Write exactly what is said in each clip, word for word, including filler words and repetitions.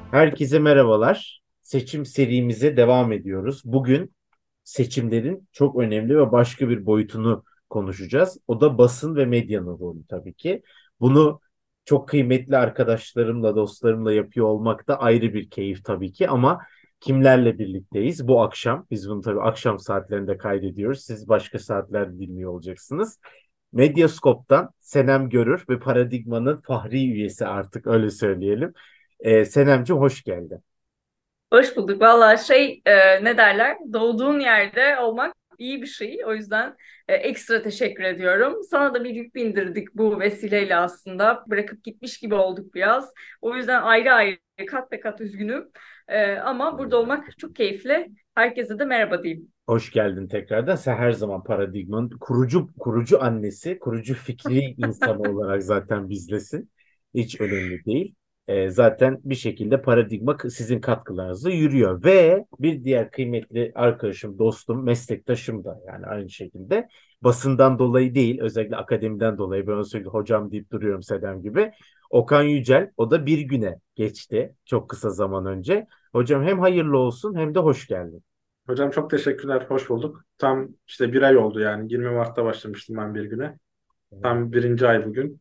Herkese merhabalar. Seçim serimize devam ediyoruz. Bugün seçimlerin çok önemli ve başka bir boyutunu konuşacağız. O da basın ve medyanın rolü tabii ki. Bunu çok kıymetli arkadaşlarımla, dostlarımla yapıyor olmak da ayrı bir keyif tabii ki. Ama kimlerle birlikteyiz bu akşam? Biz bunu tabii akşam saatlerinde kaydediyoruz. Siz başka saatlerde dinliyor olacaksınız. Medyaskop'tan Senem Görür ve Paradigma'nın fahri üyesi artık öyle söyleyelim. Ee, Senemciğim hoş geldin. Hoş bulduk. Valla şey e, ne derler? Doğduğun yerde olmak iyi bir şey. O yüzden e, ekstra teşekkür ediyorum. Sana da bir yük bindirdik bu vesileyle aslında. Bırakıp gitmiş gibi olduk biraz. O yüzden ayrı ayrı kat be kat üzgünüm. E, ama burada olmak çok keyifli. Herkese de merhaba diyeyim. Hoş geldin tekrardan. Sen her zaman Paradigma'nın kurucu kurucu annesi, kurucu fikri insanı olarak zaten bizlesin. Hiç önemli değil. Ee, zaten bir şekilde Paradigma k- sizin katkılarınızla yürüyor. Ve bir diğer kıymetli arkadaşım, dostum, meslektaşım da yani aynı şekilde basından dolayı değil, özellikle akademiden dolayı ben sürekli hocam deyip duruyorum Sedem gibi. Okan Yücel, o da bir güne geçti çok kısa zaman önce. Hocam hem hayırlı olsun hem de hoş geldin. Hocam çok teşekkürler, hoş bulduk. Tam işte bir ay oldu yani. yirmi Mart'ta başlamıştım ben bir güne. Tam birinci ay bugün.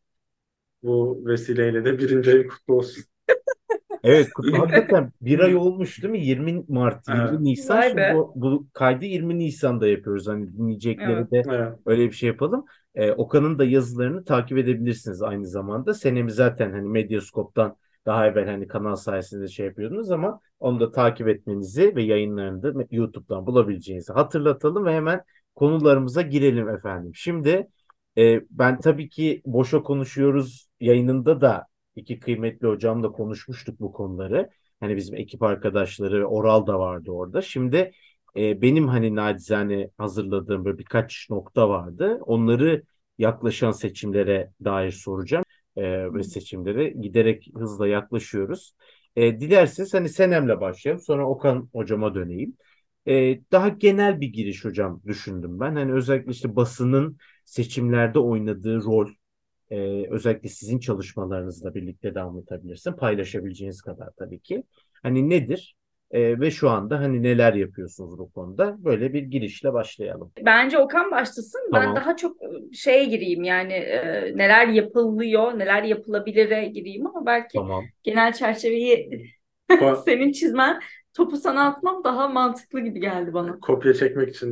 Bu vesileyle de birinci ayı kutlu olsun. Evet, kutlu. Hakikaten bir ay olmuş değil mi? yirmi Mart, Evet, yirmi Nisan. Vay Şimdi be. bu, bu kaydı yirmi Nisan'da yapıyoruz. Hani dinleyecekleri Evet. de evet. öyle bir şey yapalım. Ee, Okan'ın da yazılarını takip edebilirsiniz aynı zamanda. Senemi zaten hani Medyascope'dan daha evvel hani kanal sayesinde şey yapıyordunuz ama onu da takip etmenizi ve yayınlarını da YouTube'dan bulabileceğinizi hatırlatalım ve hemen konularımıza girelim efendim. Şimdi e, ben tabii ki boşa konuşuyoruz yayınında da İki kıymetli hocamla konuşmuştuk bu konuları. Hani bizim ekip arkadaşları Oral da vardı orada. Şimdi e, benim hani nacizane hazırladığım böyle birkaç nokta vardı. Onları yaklaşan seçimlere dair soracağım. E, ve seçimlere giderek hızla yaklaşıyoruz. E, dilerseniz hani Senem'le başlayalım. Sonra Okan hocama döneyim. E, daha genel bir giriş hocam düşündüm ben. Hani özellikle işte basının seçimlerde oynadığı rol. Ee, özellikle sizin çalışmalarınızla birlikte de anlatabilirsin. Paylaşabileceğiniz kadar tabii ki. Hani nedir? Ee, ve şu anda hani neler yapıyorsunuz bu konuda? Böyle bir girişle başlayalım. Bence Okan başlasın. Ben Tamam, daha çok e, şeye gireyim yani e, neler yapılıyor, neler yapılabilire gireyim ama belki tamam. genel çerçeveyi Ko- senin çizmen, topu sana atmam daha mantıklı gibi geldi bana. Kopya çekmek için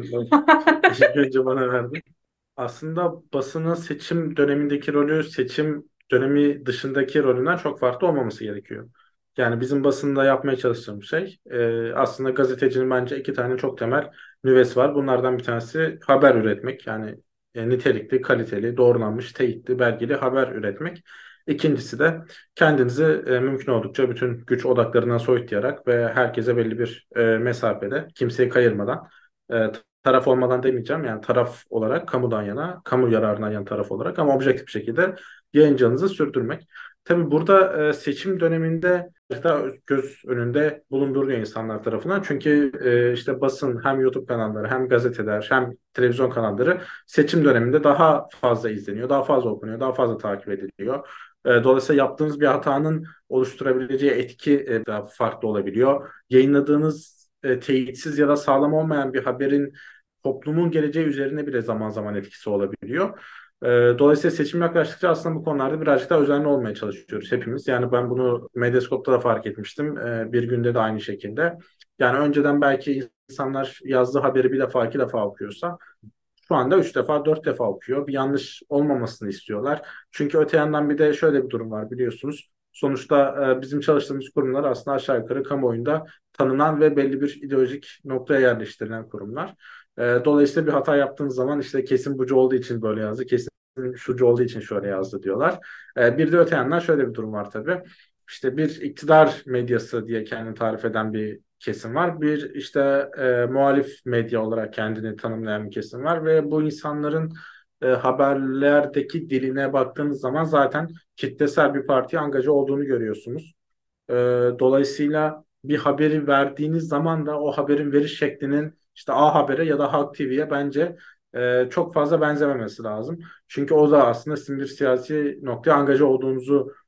ilk önce bana verdi. Aslında basının seçim dönemindeki rolü seçim dönemi dışındaki rolünden çok farklı olmaması gerekiyor. Yani bizim basında yapmaya çalıştığımız şey e, aslında gazetecinin bence iki tane çok temel nüvesi var. Bunlardan bir tanesi haber üretmek. Yani e, nitelikli, kaliteli, doğrulanmış, teyitli, belgeli haber üretmek. İkincisi de kendinizi e, mümkün oldukça bütün güç odaklarından soyutlayarak ve herkese belli bir e, mesafede, kimseyi kayırmadan e, taraf olmadan demeyeceğim. Yani taraf olarak kamudan yana, kamu yararına yan taraf olarak ama objektif bir şekilde yayıncılığınızı sürdürmek. Tabii burada e, seçim döneminde daha göz önünde bulunduruyor insanlar tarafından. Çünkü e, işte basın hem YouTube kanalları hem gazeteler hem televizyon kanalları seçim döneminde daha fazla izleniyor, daha fazla okunuyor, daha fazla takip ediliyor. E, Dolayısıyla yaptığınız bir hatanın oluşturabileceği etki e, daha farklı olabiliyor. Yayınladığınız e, teyitsiz ya da sağlam olmayan bir haberin toplumun geleceği üzerine bile zaman zaman etkisi olabiliyor. Ee, Dolayısıyla seçim yaklaştıkça aslında bu konularda birazcık daha özenli olmaya çalışıyoruz hepimiz. Yani ben bunu Medyascope'da da fark etmiştim. Ee, bir günde de aynı şekilde. Yani önceden belki insanlar yazdığı haberi bir defa iki defa okuyorsa şu anda üç defa dört defa okuyor. Bir yanlış olmamasını istiyorlar. Çünkü öte yandan bir de şöyle bir durum var biliyorsunuz. Sonuçta e, bizim çalıştığımız kurumlar aslında aşağı yukarı kamuoyunda tanınan ve belli bir ideolojik noktaya yerleştirilen kurumlar. E, dolayısıyla bir hata yaptığınız zaman işte kesin bucu olduğu için böyle yazdı, kesin şucu olduğu için şöyle yazdı diyorlar. E, bir de öte yandan şöyle bir durum var tabii. İşte bir iktidar medyası diye kendini tarif eden bir kesim var. Bir işte e, muhalif medya olarak kendini tanımlayan bir kesim var ve bu insanların e, haberlerdeki diline baktığınız zaman zaten kitlesel bir partiye angaja olduğunu görüyorsunuz. E, Dolayısıyla bir haberi verdiğiniz zaman da o haberin veriş şeklinin işte A Haber'e ya da Halk T V'ye bence e, çok fazla benzememesi lazım. Çünkü o da aslında sizin bir siyasi noktaya angaja olduğunuzu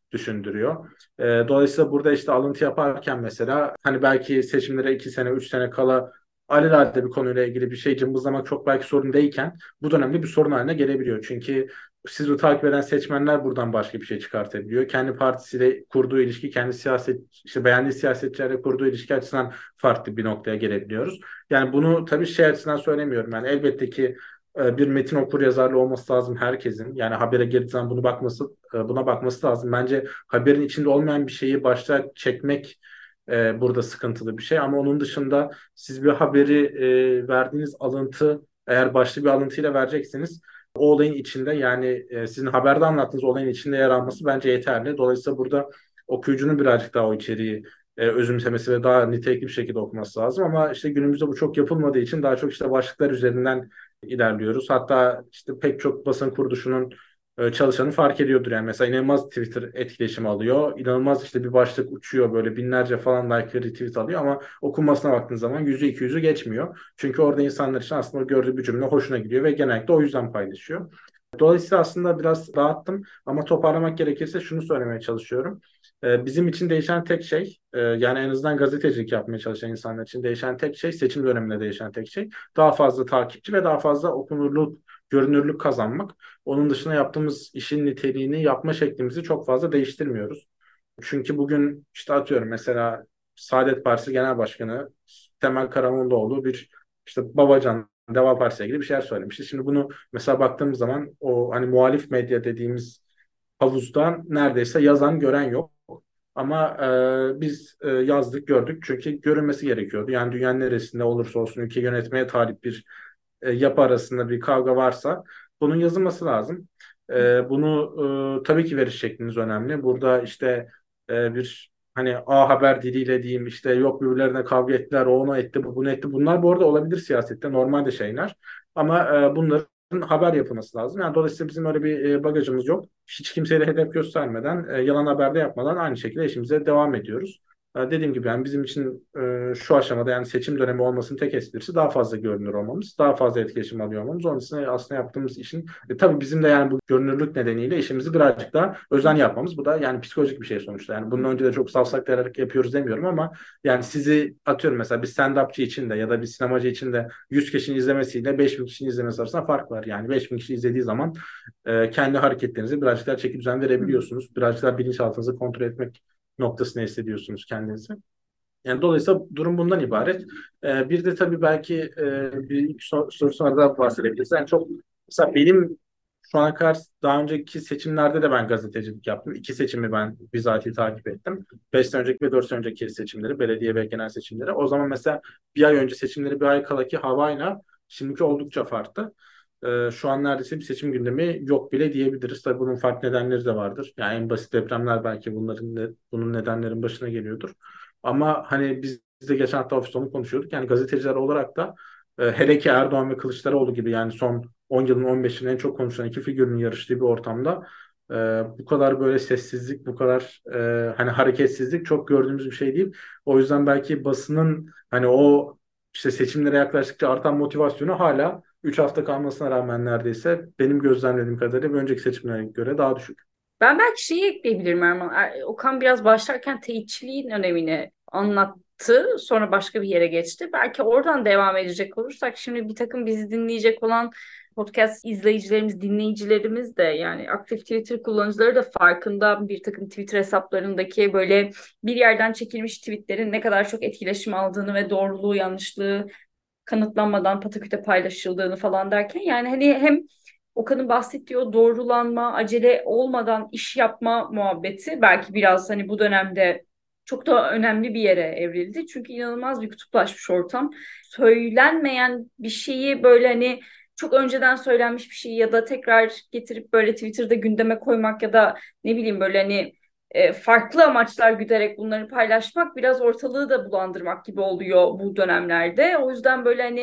düşündürüyor. E, dolayısıyla burada işte alıntı yaparken mesela hani belki seçimlere iki sene, üç sene kala alelade bir konuyla ilgili bir şey cımbızlamak çok belki sorun değilken bu dönemde bir sorun haline gelebiliyor. Çünkü sizi takip eden seçmenler buradan başka bir şey çıkartabiliyor. Kendi partisiyle kurduğu ilişki, kendi siyaset, işte beğendiği siyasetçilerle kurduğu ilişki açısından farklı bir noktaya gelebiliyoruz. Yani bunu tabii şey açısından söylemiyorum. Yani elbette ki e, bir metin okur yazarlı olması lazım herkesin. Yani habere girdiği zaman bunu bakması, e, buna bakması lazım. Bence haberin içinde olmayan bir şeyi başta çekmek e, burada sıkıntılı bir şey. Ama onun dışında siz bir haberi e, verdiğiniz alıntı eğer başlı bir alıntıyla vereceksiniz o olayın içinde yani e, sizin haberde anlattığınız olayın içinde yer alması bence yeterli. Dolayısıyla burada okuyucunun birazcık daha o içeriği e, özümsemesi ve daha nitelikli bir şekilde okuması lazım. Ama işte günümüzde bu çok yapılmadığı için daha çok işte başlıklar üzerinden ilerliyoruz. Hatta işte pek çok basın kuruluşunun e, çalışanı fark ediyordur. Yani mesela inanılmaz Twitter etkileşimi alıyor. İnanılmaz işte bir başlık uçuyor böyle binlerce falan like retweet alıyor ama okunmasına baktığın zaman yüzü iki yüzü geçmiyor. Çünkü orada insanlar için aslında o gördüğü bir cümle hoşuna gidiyor ve genellikle o yüzden paylaşıyor. Dolayısıyla aslında biraz dağıttım ama toparlamak gerekirse şunu söylemeye çalışıyorum. Ee, bizim için değişen tek şey, e, yani en azından gazetecilik yapmaya çalışan insanlar için değişen tek şey, seçim döneminde değişen tek şey, daha fazla takipçi ve daha fazla okunurluk, görünürlük kazanmak. Onun dışında yaptığımız işin niteliğini, yapma şeklimizi çok fazla değiştirmiyoruz. Çünkü bugün işte atıyorum mesela Saadet Partisi Genel Başkanı Temel Karamollaoğlu bir işte Babacan Deva Partisi'yle ilgili bir şeyler söylemişti. Şimdi bunu mesela baktığımız zaman o hani muhalif medya dediğimiz havuzdan neredeyse yazan gören yok. Ama e, biz e, yazdık gördük çünkü görünmesi gerekiyordu. Yani dünyanın neresinde olursa olsun ülke yönetmeye talip bir e, yapı arasında bir kavga varsa bunun yazılması lazım. E, bunu e, tabii ki veriş şekliniz önemli. Burada işte e, bir hani A Haber diliyle diyeyim işte yok birbirlerine kavga ettiler, o onu etti, bu bunu etti. Bunlar bu arada olabilir siyasette normal de şeyler. Ama e, bunların haber yapılması lazım. Yani dolayısıyla bizim öyle bir e, bagajımız yok. Hiç kimseye de hedef göstermeden, e, yalan haber de yapmadan aynı şekilde işimize devam ediyoruz. E, dediğim gibi yani bizim için e, şu aşamada yani seçim dönemi olmasının tek esprisi daha fazla görünür olmamız, daha fazla etkileşim alıyor olmamız. Onun için aslında yaptığımız işin e, tabii bizim de yani bu görünürlük nedeniyle işimizi birazcık daha özen yapmamız. Bu da yani psikolojik bir şey sonuçta. Yani bunun önce de çok safsaklayarak yapıyoruz demiyorum ama yani sizi atıyorum mesela bir stand-upçı için de ya da bir sinemacı için de yüz kişinin izlemesiyle beş bin kişinin izlemesi arasında fark var. Yani beş bin kişi izlediği zaman e, kendi hareketlerinizi birazcık daha çeki düzen verebiliyorsunuz. Birazcık daha bilinçaltınızı kontrol etmek noktasına hissediyorsunuz kendinizi. Yani dolayısıyla durum bundan ibaret. Ee, bir de tabii belki e, bir sor, sorusuna da bahsedebiliriz. Yani çok mesela benim şu ana kadar daha önceki seçimlerde de ben gazetecilik yaptım. İki seçimi ben bizatihi takip ettim. Beş sene önceki ve dört sene önceki seçimleri, belediye ve genel seçimleri. O zaman mesela bir ay önce seçimleri bir ay kalaki havayla şimdiki oldukça farklı. Ee, şu an neredeyse bir seçim gündemi yok bile diyebiliriz. Tabii bunun farklı nedenleri de vardır. Yani en basit depremler belki bunların ne, bunun nedenlerin başına geliyordur. Ama hani biz de geçen hafta ofiste onu konuşuyorduk. Yani gazeteciler olarak da e, hele ki Erdoğan ve Kılıçdaroğlu gibi yani son on yılın on beş yılın en çok konuşulan iki figürün yarıştığı bir ortamda e, bu kadar böyle sessizlik, bu kadar e, hani hareketsizlik çok gördüğümüz bir şey değil. O yüzden belki basının hani o işte seçimlere yaklaştıkça artan motivasyonu hala üç hafta kalmasına rağmen neredeyse benim gözlemlediğim kadarıyla bir önceki seçimlere göre daha düşük. Ben belki şeyi ekleyebilirim Erman. Er- Okan biraz başlarken teyitçiliğin önemini anlattı. Sonra başka bir yere geçti. Belki oradan devam edecek olursak şimdi bir takım bizi dinleyecek olan podcast izleyicilerimiz, dinleyicilerimiz de yani aktif Twitter kullanıcıları da farkında bir takım Twitter hesaplarındaki böyle bir yerden çekilmiş tweetlerin ne kadar çok etkileşim aldığını ve doğruluğu, yanlışlığı kanıtlanmadan pataküte paylaşıldığını falan derken yani hani hem Okan'ın bahsettiği o doğrulanma, acele olmadan iş yapma muhabbeti belki biraz hani bu dönemde çok da önemli bir yere evrildi. Çünkü inanılmaz bir kutuplaşmış ortam. Söylenmeyen bir şeyi böyle hani çok önceden söylenmiş bir şeyi ya da tekrar getirip böyle Twitter'da gündeme koymak ya da ne bileyim böyle hani e, farklı amaçlar güderek bunları paylaşmak biraz ortalığı da bulandırmak gibi oluyor bu dönemlerde. O yüzden böyle hani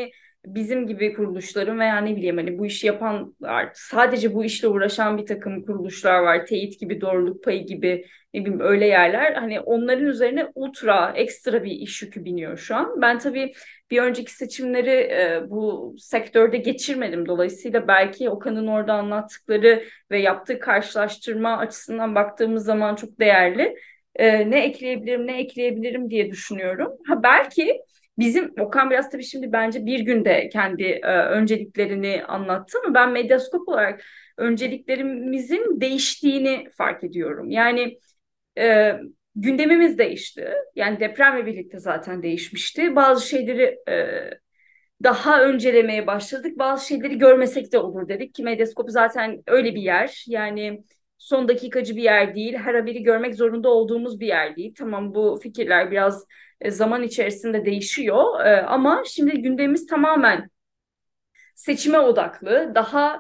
bizim gibi kuruluşların veya ne bileyim hani bu işi yapanlar, sadece bu işle uğraşan bir takım kuruluşlar var. Teyit gibi, doğruluk payı gibi, ne bileyim öyle yerler. Hani onların üzerine ultra ekstra bir iş yükü biniyor şu an. Ben tabii bir önceki seçimleri e, bu sektörde geçirmedim. Dolayısıyla belki Okan'ın orada anlattıkları ve yaptığı karşılaştırma açısından baktığımız zaman çok değerli. E, ne ekleyebilirim, ne ekleyebilirim diye düşünüyorum. Ha, belki bizim Okan biraz tabii şimdi bence bir günde kendi e, önceliklerini anlattı ama ben Medyaskop olarak önceliklerimizin değiştiğini fark ediyorum. Yani e, gündemimiz değişti. Yani depremle birlikte zaten değişmişti. Bazı şeyleri e, daha öncelemeye başladık. Bazı şeyleri görmesek de olur dedik ki Medyaskop zaten öyle bir yer. Yani son dakikacı bir yer değil. Her haberi görmek zorunda olduğumuz bir yer değil. Tamam, bu fikirler biraz e, zaman içerisinde değişiyor. E, ama şimdi gündemimiz tamamen seçime odaklı, daha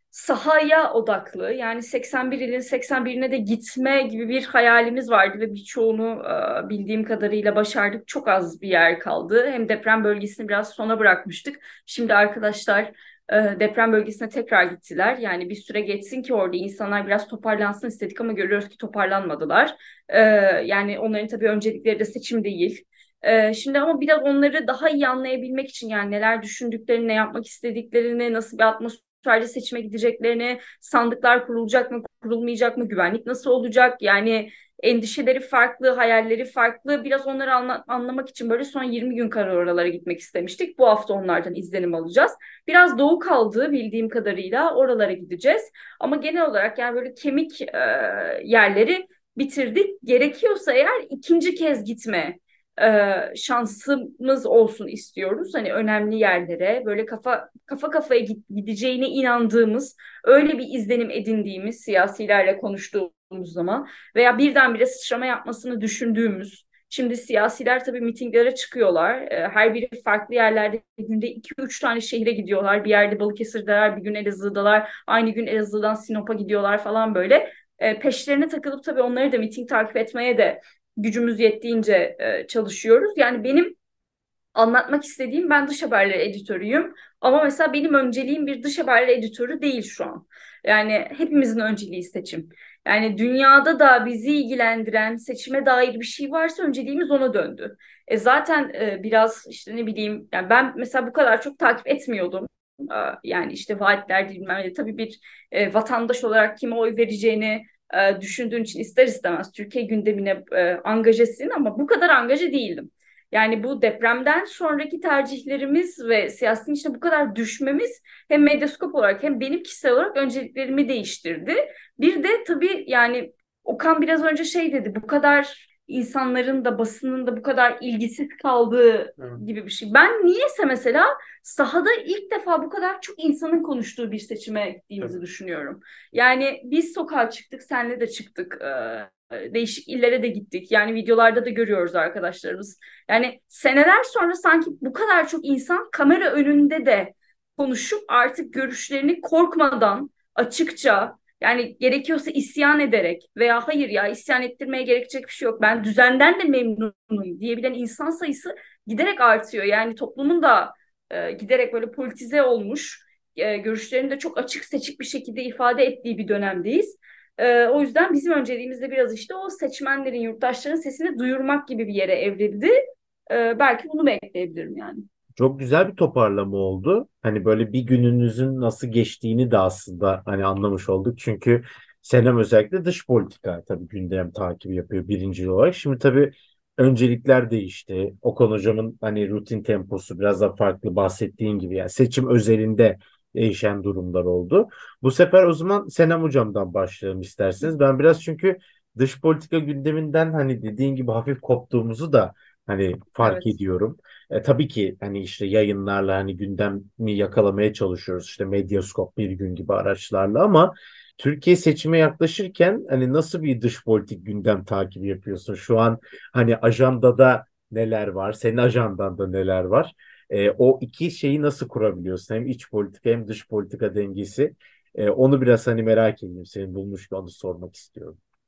sahaya odaklı. Yani seksen bir ilin seksen birine de gitme gibi bir hayalimiz vardı ve birçoğunu e, bildiğim kadarıyla başardık. Çok az bir yer kaldı. Hem deprem bölgesini biraz sona bırakmıştık. Şimdi arkadaşlar e, deprem bölgesine tekrar gittiler. Yani bir süre geçsin ki orada insanlar biraz toparlansın istedik ama görüyoruz ki toparlanmadılar. E, Yani onların tabii öncelikleri de seçim değil. Ee, şimdi ama biraz onları daha iyi anlayabilmek için, yani neler düşündüklerini, ne yapmak istediklerini, nasıl bir atmosferde seçime gideceklerini, sandıklar kurulacak mı, kurulmayacak mı, güvenlik nasıl olacak, yani endişeleri farklı, hayalleri farklı. Biraz onları anla- anlamak için böyle son yirmi gün kadar oralara gitmek istemiştik. Bu hafta onlardan izlenim alacağız. Biraz doğu kaldı bildiğim kadarıyla, oralara gideceğiz. Ama genel olarak yani böyle kemik e, yerleri bitirdik. Gerekiyorsa eğer ikinci kez gitme e, şansımız olsun istiyoruz. Hani önemli yerlere böyle kafa kafa kafaya gideceğine inandığımız, öyle bir izlenim edindiğimiz siyasilerle konuştuğumuz zaman veya birdenbire sıçrama yapmasını düşündüğümüz. Şimdi siyasiler tabii mitinglere çıkıyorlar. E, Her biri farklı yerlerde günde iki üç tane şehre gidiyorlar. Bir yerde Balıkesir'deler, bir gün Elazığ'dalar. Aynı gün Elazığ'dan Sinop'a gidiyorlar falan böyle. E, Peşlerine takılıp tabii onları da miting takip etmeye de gücümüz yettiğince e, çalışıyoruz. Yani benim anlatmak istediğim, ben dış haberleri editörüyüm. Ama mesela benim önceliğim bir dış haberleri editörü değil şu an. Yani hepimizin önceliği seçim. Yani dünyada da bizi ilgilendiren seçime dair bir şey varsa önceliğimiz ona döndü. E zaten e, biraz işte ne bileyim, yani ben mesela bu kadar çok takip etmiyordum. E, Yani işte vaatler bilmem ne. Tabii bir e, vatandaş olarak kime oy vereceğini e, düşündüğün için ister istemez Türkiye gündemine e, angajesin ama bu kadar angaje değildim. Yani bu depremden sonraki tercihlerimiz ve siyasetin içine bu kadar düşmemiz hem medyaskop olarak hem benim kişisel olarak önceliklerimi değiştirdi. Bir de tabii yani Okan biraz önce şey dedi, bu kadar insanların da basının da bu kadar ilgisiz kaldığı Evet. gibi bir şey. Ben niyeyse mesela sahada ilk defa bu kadar çok insanın konuştuğu bir seçime gittiğimizi Tabii. düşünüyorum. Yani biz sokağa çıktık, senle de çıktık. Ee, değişik illere de gittik. Yani videolarda da görüyoruz arkadaşlarımız. Yani seneler sonra sanki bu kadar çok insan kamera önünde de konuşup artık görüşlerini korkmadan, açıkça, yani gerekiyorsa isyan ederek veya hayır ya isyan ettirmeye gerekecek bir şey yok, ben düzenden de memnunum diyebilen insan sayısı giderek artıyor. Yani toplumun da e, giderek böyle politize olmuş, e, görüşlerini de çok açık seçik bir şekilde ifade ettiği bir dönemdeyiz. E, o yüzden bizim önceliğimiz de biraz işte o seçmenlerin, yurttaşların sesini duyurmak gibi bir yere evrildi. E, belki bunu bekleyebilirim yani. Çok güzel bir toparlama oldu. Hani böyle bir gününüzün nasıl geçtiğini de aslında hani anlamış olduk. Çünkü Senem özellikle dış politika tabii gündem takibi yapıyor birinci olarak. Şimdi tabii öncelikler değişti. Okan hocamın hani rutin temposu biraz daha farklı bahsettiğin gibi. Yani seçim özelinde değişen durumlar oldu. Bu sefer o zaman Senem hocamdan başlayalım isterseniz. Ben biraz çünkü dış politika gündeminden hani dediğin gibi hafif koptuğumuzu da hani fark Evet. ediyorum. E, tabii ki hani işte yayınlarla hani gündemi yakalamaya çalışıyoruz işte Medyaskop bir gün gibi araçlarla ama Türkiye seçime yaklaşırken hani nasıl bir dış politik gündem takibi yapıyorsun? Şu an hani ajandada neler var? Senin ajandanda neler var? E, o iki şeyi nasıl kurabiliyorsun? Hem iç politika hem dış politika dengesi. E, onu biraz hani merak ediyorum. Senin bulmuş onu sormak istiyorum.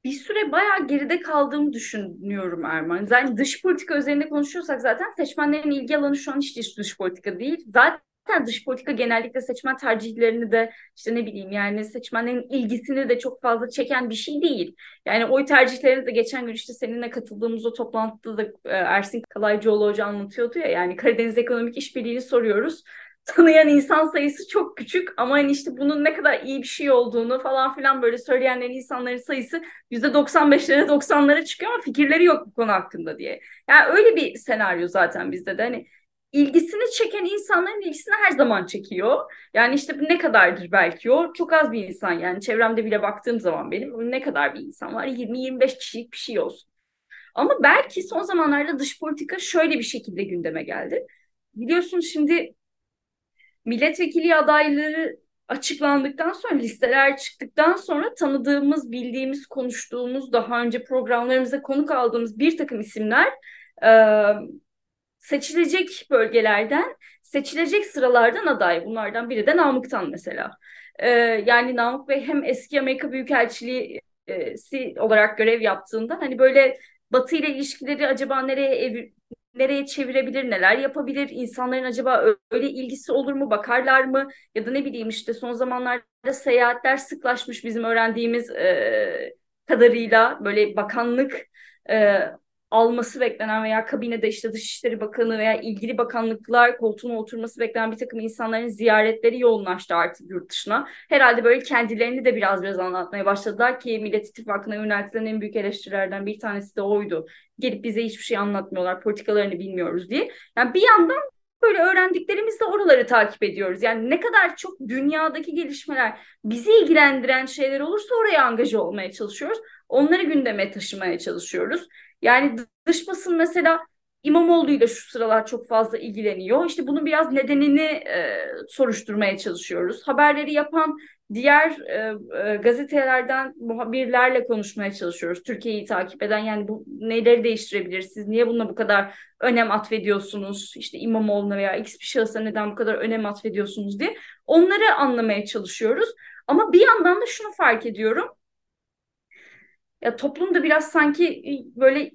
bir süre bayağı geride kaldığımı düşünüyorum Erman. Yani dış politika üzerinde konuşuyorsak zaten seçmenlerin ilgi alanı şu an hiç dış, dış politika değil. Zaten dış politika genellikle seçmen tercihlerini de işte ne bileyim yani seçmenlerin ilgisini de çok fazla çeken bir şey değil. Yani oy tercihlerini de geçen gün işte seninle katıldığımız o toplantıda da e, Ersin Kalaycıoğlu Hoca anlatıyordu ya, yani Karadeniz Ekonomik İşbirliği'ni soruyoruz. Tanıyan insan sayısı çok küçük ama hani işte bunun ne kadar iyi bir şey olduğunu falan filan böyle söyleyenlerin, insanların sayısı yüzde doksan beşlere doksanlara çıkıyor ama fikirleri yok bu konu hakkında diye. Yani öyle bir senaryo zaten bizde de, hani ilgisini çeken insanların ilgisini her zaman çekiyor. Yani işte bu ne kadardır belki o? Çok az bir insan, yani çevremde bile baktığım zaman benim ne kadar bir insan var? yirmi yirmi beş kişilik bir şey olsun. Ama belki son zamanlarda dış politika şöyle bir şekilde gündeme geldi. Biliyorsun şimdi milletvekili adayları açıklandıktan sonra, listeler çıktıktan sonra tanıdığımız, bildiğimiz, konuştuğumuz, daha önce programlarımıza konuk aldığımız bir takım isimler e, seçilecek bölgelerden, seçilecek sıralardan aday. Bunlardan biri de Namık'tan mesela. E, yani Namık Bey hem eski Amerika Büyükelçiliği olarak görev yaptığından hani böyle Batı ile ilişkileri acaba nereye ev, nereye çevirebilir, neler yapabilir, insanların acaba öyle ilgisi olur mu, bakarlar mı, ya da ne bileyim işte son zamanlarda seyahatler sıklaşmış bizim öğrendiğimiz e, kadarıyla, böyle bakanlık e, alması beklenen veya kabinede işte Dışişleri Bakanı veya ilgili bakanlıklar koltuğuna oturması beklenen bir takım insanların ziyaretleri yoğunlaştı artık yurt dışına. Herhalde böyle kendilerini de biraz biraz anlatmaya başladılar ki Millet İttifakı'na yöneltilen en büyük eleştirilerden bir tanesi de oydu. Gelip bize hiçbir şey anlatmıyorlar, politikalarını bilmiyoruz diye. Yani bir yandan böyle öğrendiklerimizle oraları takip ediyoruz. Yani ne kadar çok dünyadaki gelişmeler, bizi ilgilendiren şeyler olursa oraya angaje olmaya çalışıyoruz. Onları gündeme taşımaya çalışıyoruz. Yani dış basın mesela İmamoğlu'yla şu sıralar çok fazla ilgileniyor. İşte bunun biraz nedenini e, soruşturmaya çalışıyoruz. Haberleri yapan diğer e, e, gazetelerden muhabirlerle konuşmaya çalışıyoruz. Türkiye'yi takip eden, yani bu neleri değiştirebilir? Siz niye buna bu kadar önem atfediyorsunuz? İşte İmamoğlu'na veya X bir şahısa neden bu kadar önem atfediyorsunuz diye. Onları anlamaya çalışıyoruz. Ama bir yandan da şunu fark ediyorum. Ya toplum da biraz sanki e, böyle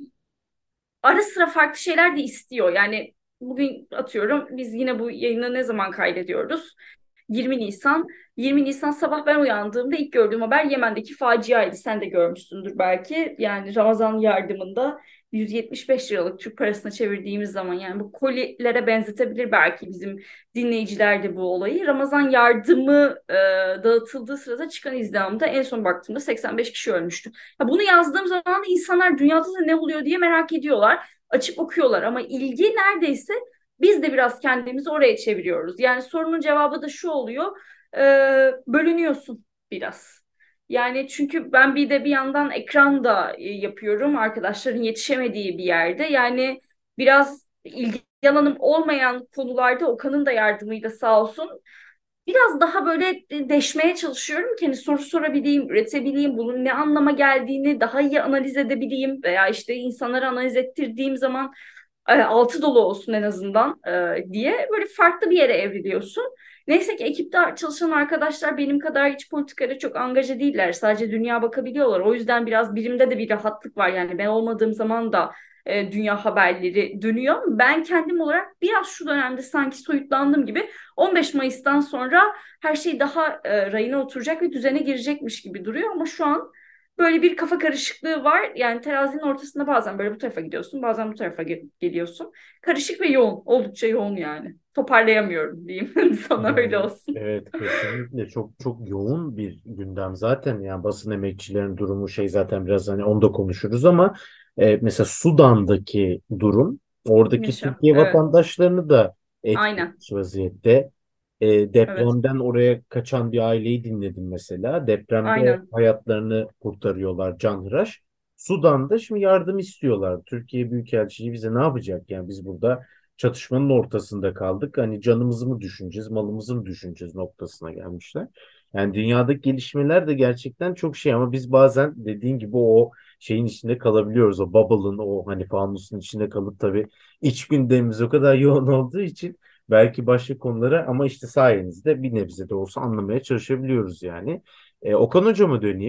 ara sıra farklı şeyler de istiyor. Yani bugün atıyorum biz yine bu yayını ne zaman kaydediyoruz? yirmi Nisan. yirmi Nisan sabah ben uyandığımda ilk gördüğüm haber Yemen'deki faciaydı. Sen de görmüşsündür belki. Yani Ramazan yardımında yüz yetmiş beş liralık Türk parasına çevirdiğimiz zaman, yani bu kolilere benzetebilir belki bizim dinleyiciler de bu olayı. Ramazan yardımı e, dağıtıldığı sırada çıkan izdihamda en son baktığımda seksen beş kişi ölmüştü. Ya bunu yazdığım zaman da insanlar dünyada da ne oluyor diye merak ediyorlar. Açıp okuyorlar ama ilgi neredeyse biz de biraz kendimizi oraya çeviriyoruz. Yani sorunun cevabı da şu oluyor. E, bölünüyorsun biraz. Yani çünkü ben bir de bir yandan ekran da e, yapıyorum arkadaşların yetişemediği bir yerde. Yani biraz ilgi alanım olmayan konularda Okan'ın da yardımıyla sağ olsun biraz daha böyle deşmeye çalışıyorum ki hani soru sorabileyim, üretebileyim, bunun ne anlama geldiğini daha iyi analiz edebileyim veya işte insanları analiz ettirdiğim zaman e, altı dolu olsun en azından e, diye böyle farklı bir yere evriliyorsun. Neyse ki ekipte çalışan arkadaşlar benim kadar hiç politikada çok angaja değiller. Sadece dünya bakabiliyorlar. O yüzden biraz birimde de bir rahatlık var. Yani ben olmadığım zaman da e, dünya haberleri dönüyor. Ben kendim olarak biraz şu dönemde sanki soyutlandım gibi, on beş Mayıs'tan sonra her şey daha e, rayına oturacak ve düzene girecekmiş gibi duruyor ama şu an böyle bir kafa karışıklığı var. Yani terazinin ortasında bazen böyle bu tarafa gidiyorsun, bazen bu tarafa ge- geliyorsun. Karışık ve yoğun, oldukça yoğun yani. Toparlayamıyorum diyeyim sana, öyle Yani olsun. evet, kesinlikle çok çok yoğun bir gündem zaten, yani basın emekçilerin durumu şey, zaten biraz hani onu da konuşuruz ama e, mesela Sudan'daki durum oradaki Yaşa. Türkiye Evet. vatandaşlarını da Aynen. etkilemiş vaziyette. E, Evet. depremden oraya kaçan bir aileyi dinledim mesela. Depremde Aynen. hayatlarını kurtarıyorlar canhıraş. Sudan'da şimdi yardım istiyorlar. Türkiye Büyükelçiliği bize ne yapacak? Yani biz burada çatışmanın ortasında kaldık. Hani canımızı mı düşüneceğiz, malımızı mı düşüneceğiz noktasına gelmişler. Yani dünyadaki gelişmeler de gerçekten çok şey ama biz bazen dediğin gibi o şeyin içinde kalabiliyoruz. O bubble'ın, o hani fanusun içinde kalıp tabii iç gündemimiz o kadar yoğun olduğu için belki başka konulara, ama işte sayenizde bir nebze de olsa anlamaya çalışabiliyoruz yani. E, Okan Hocama döneyim.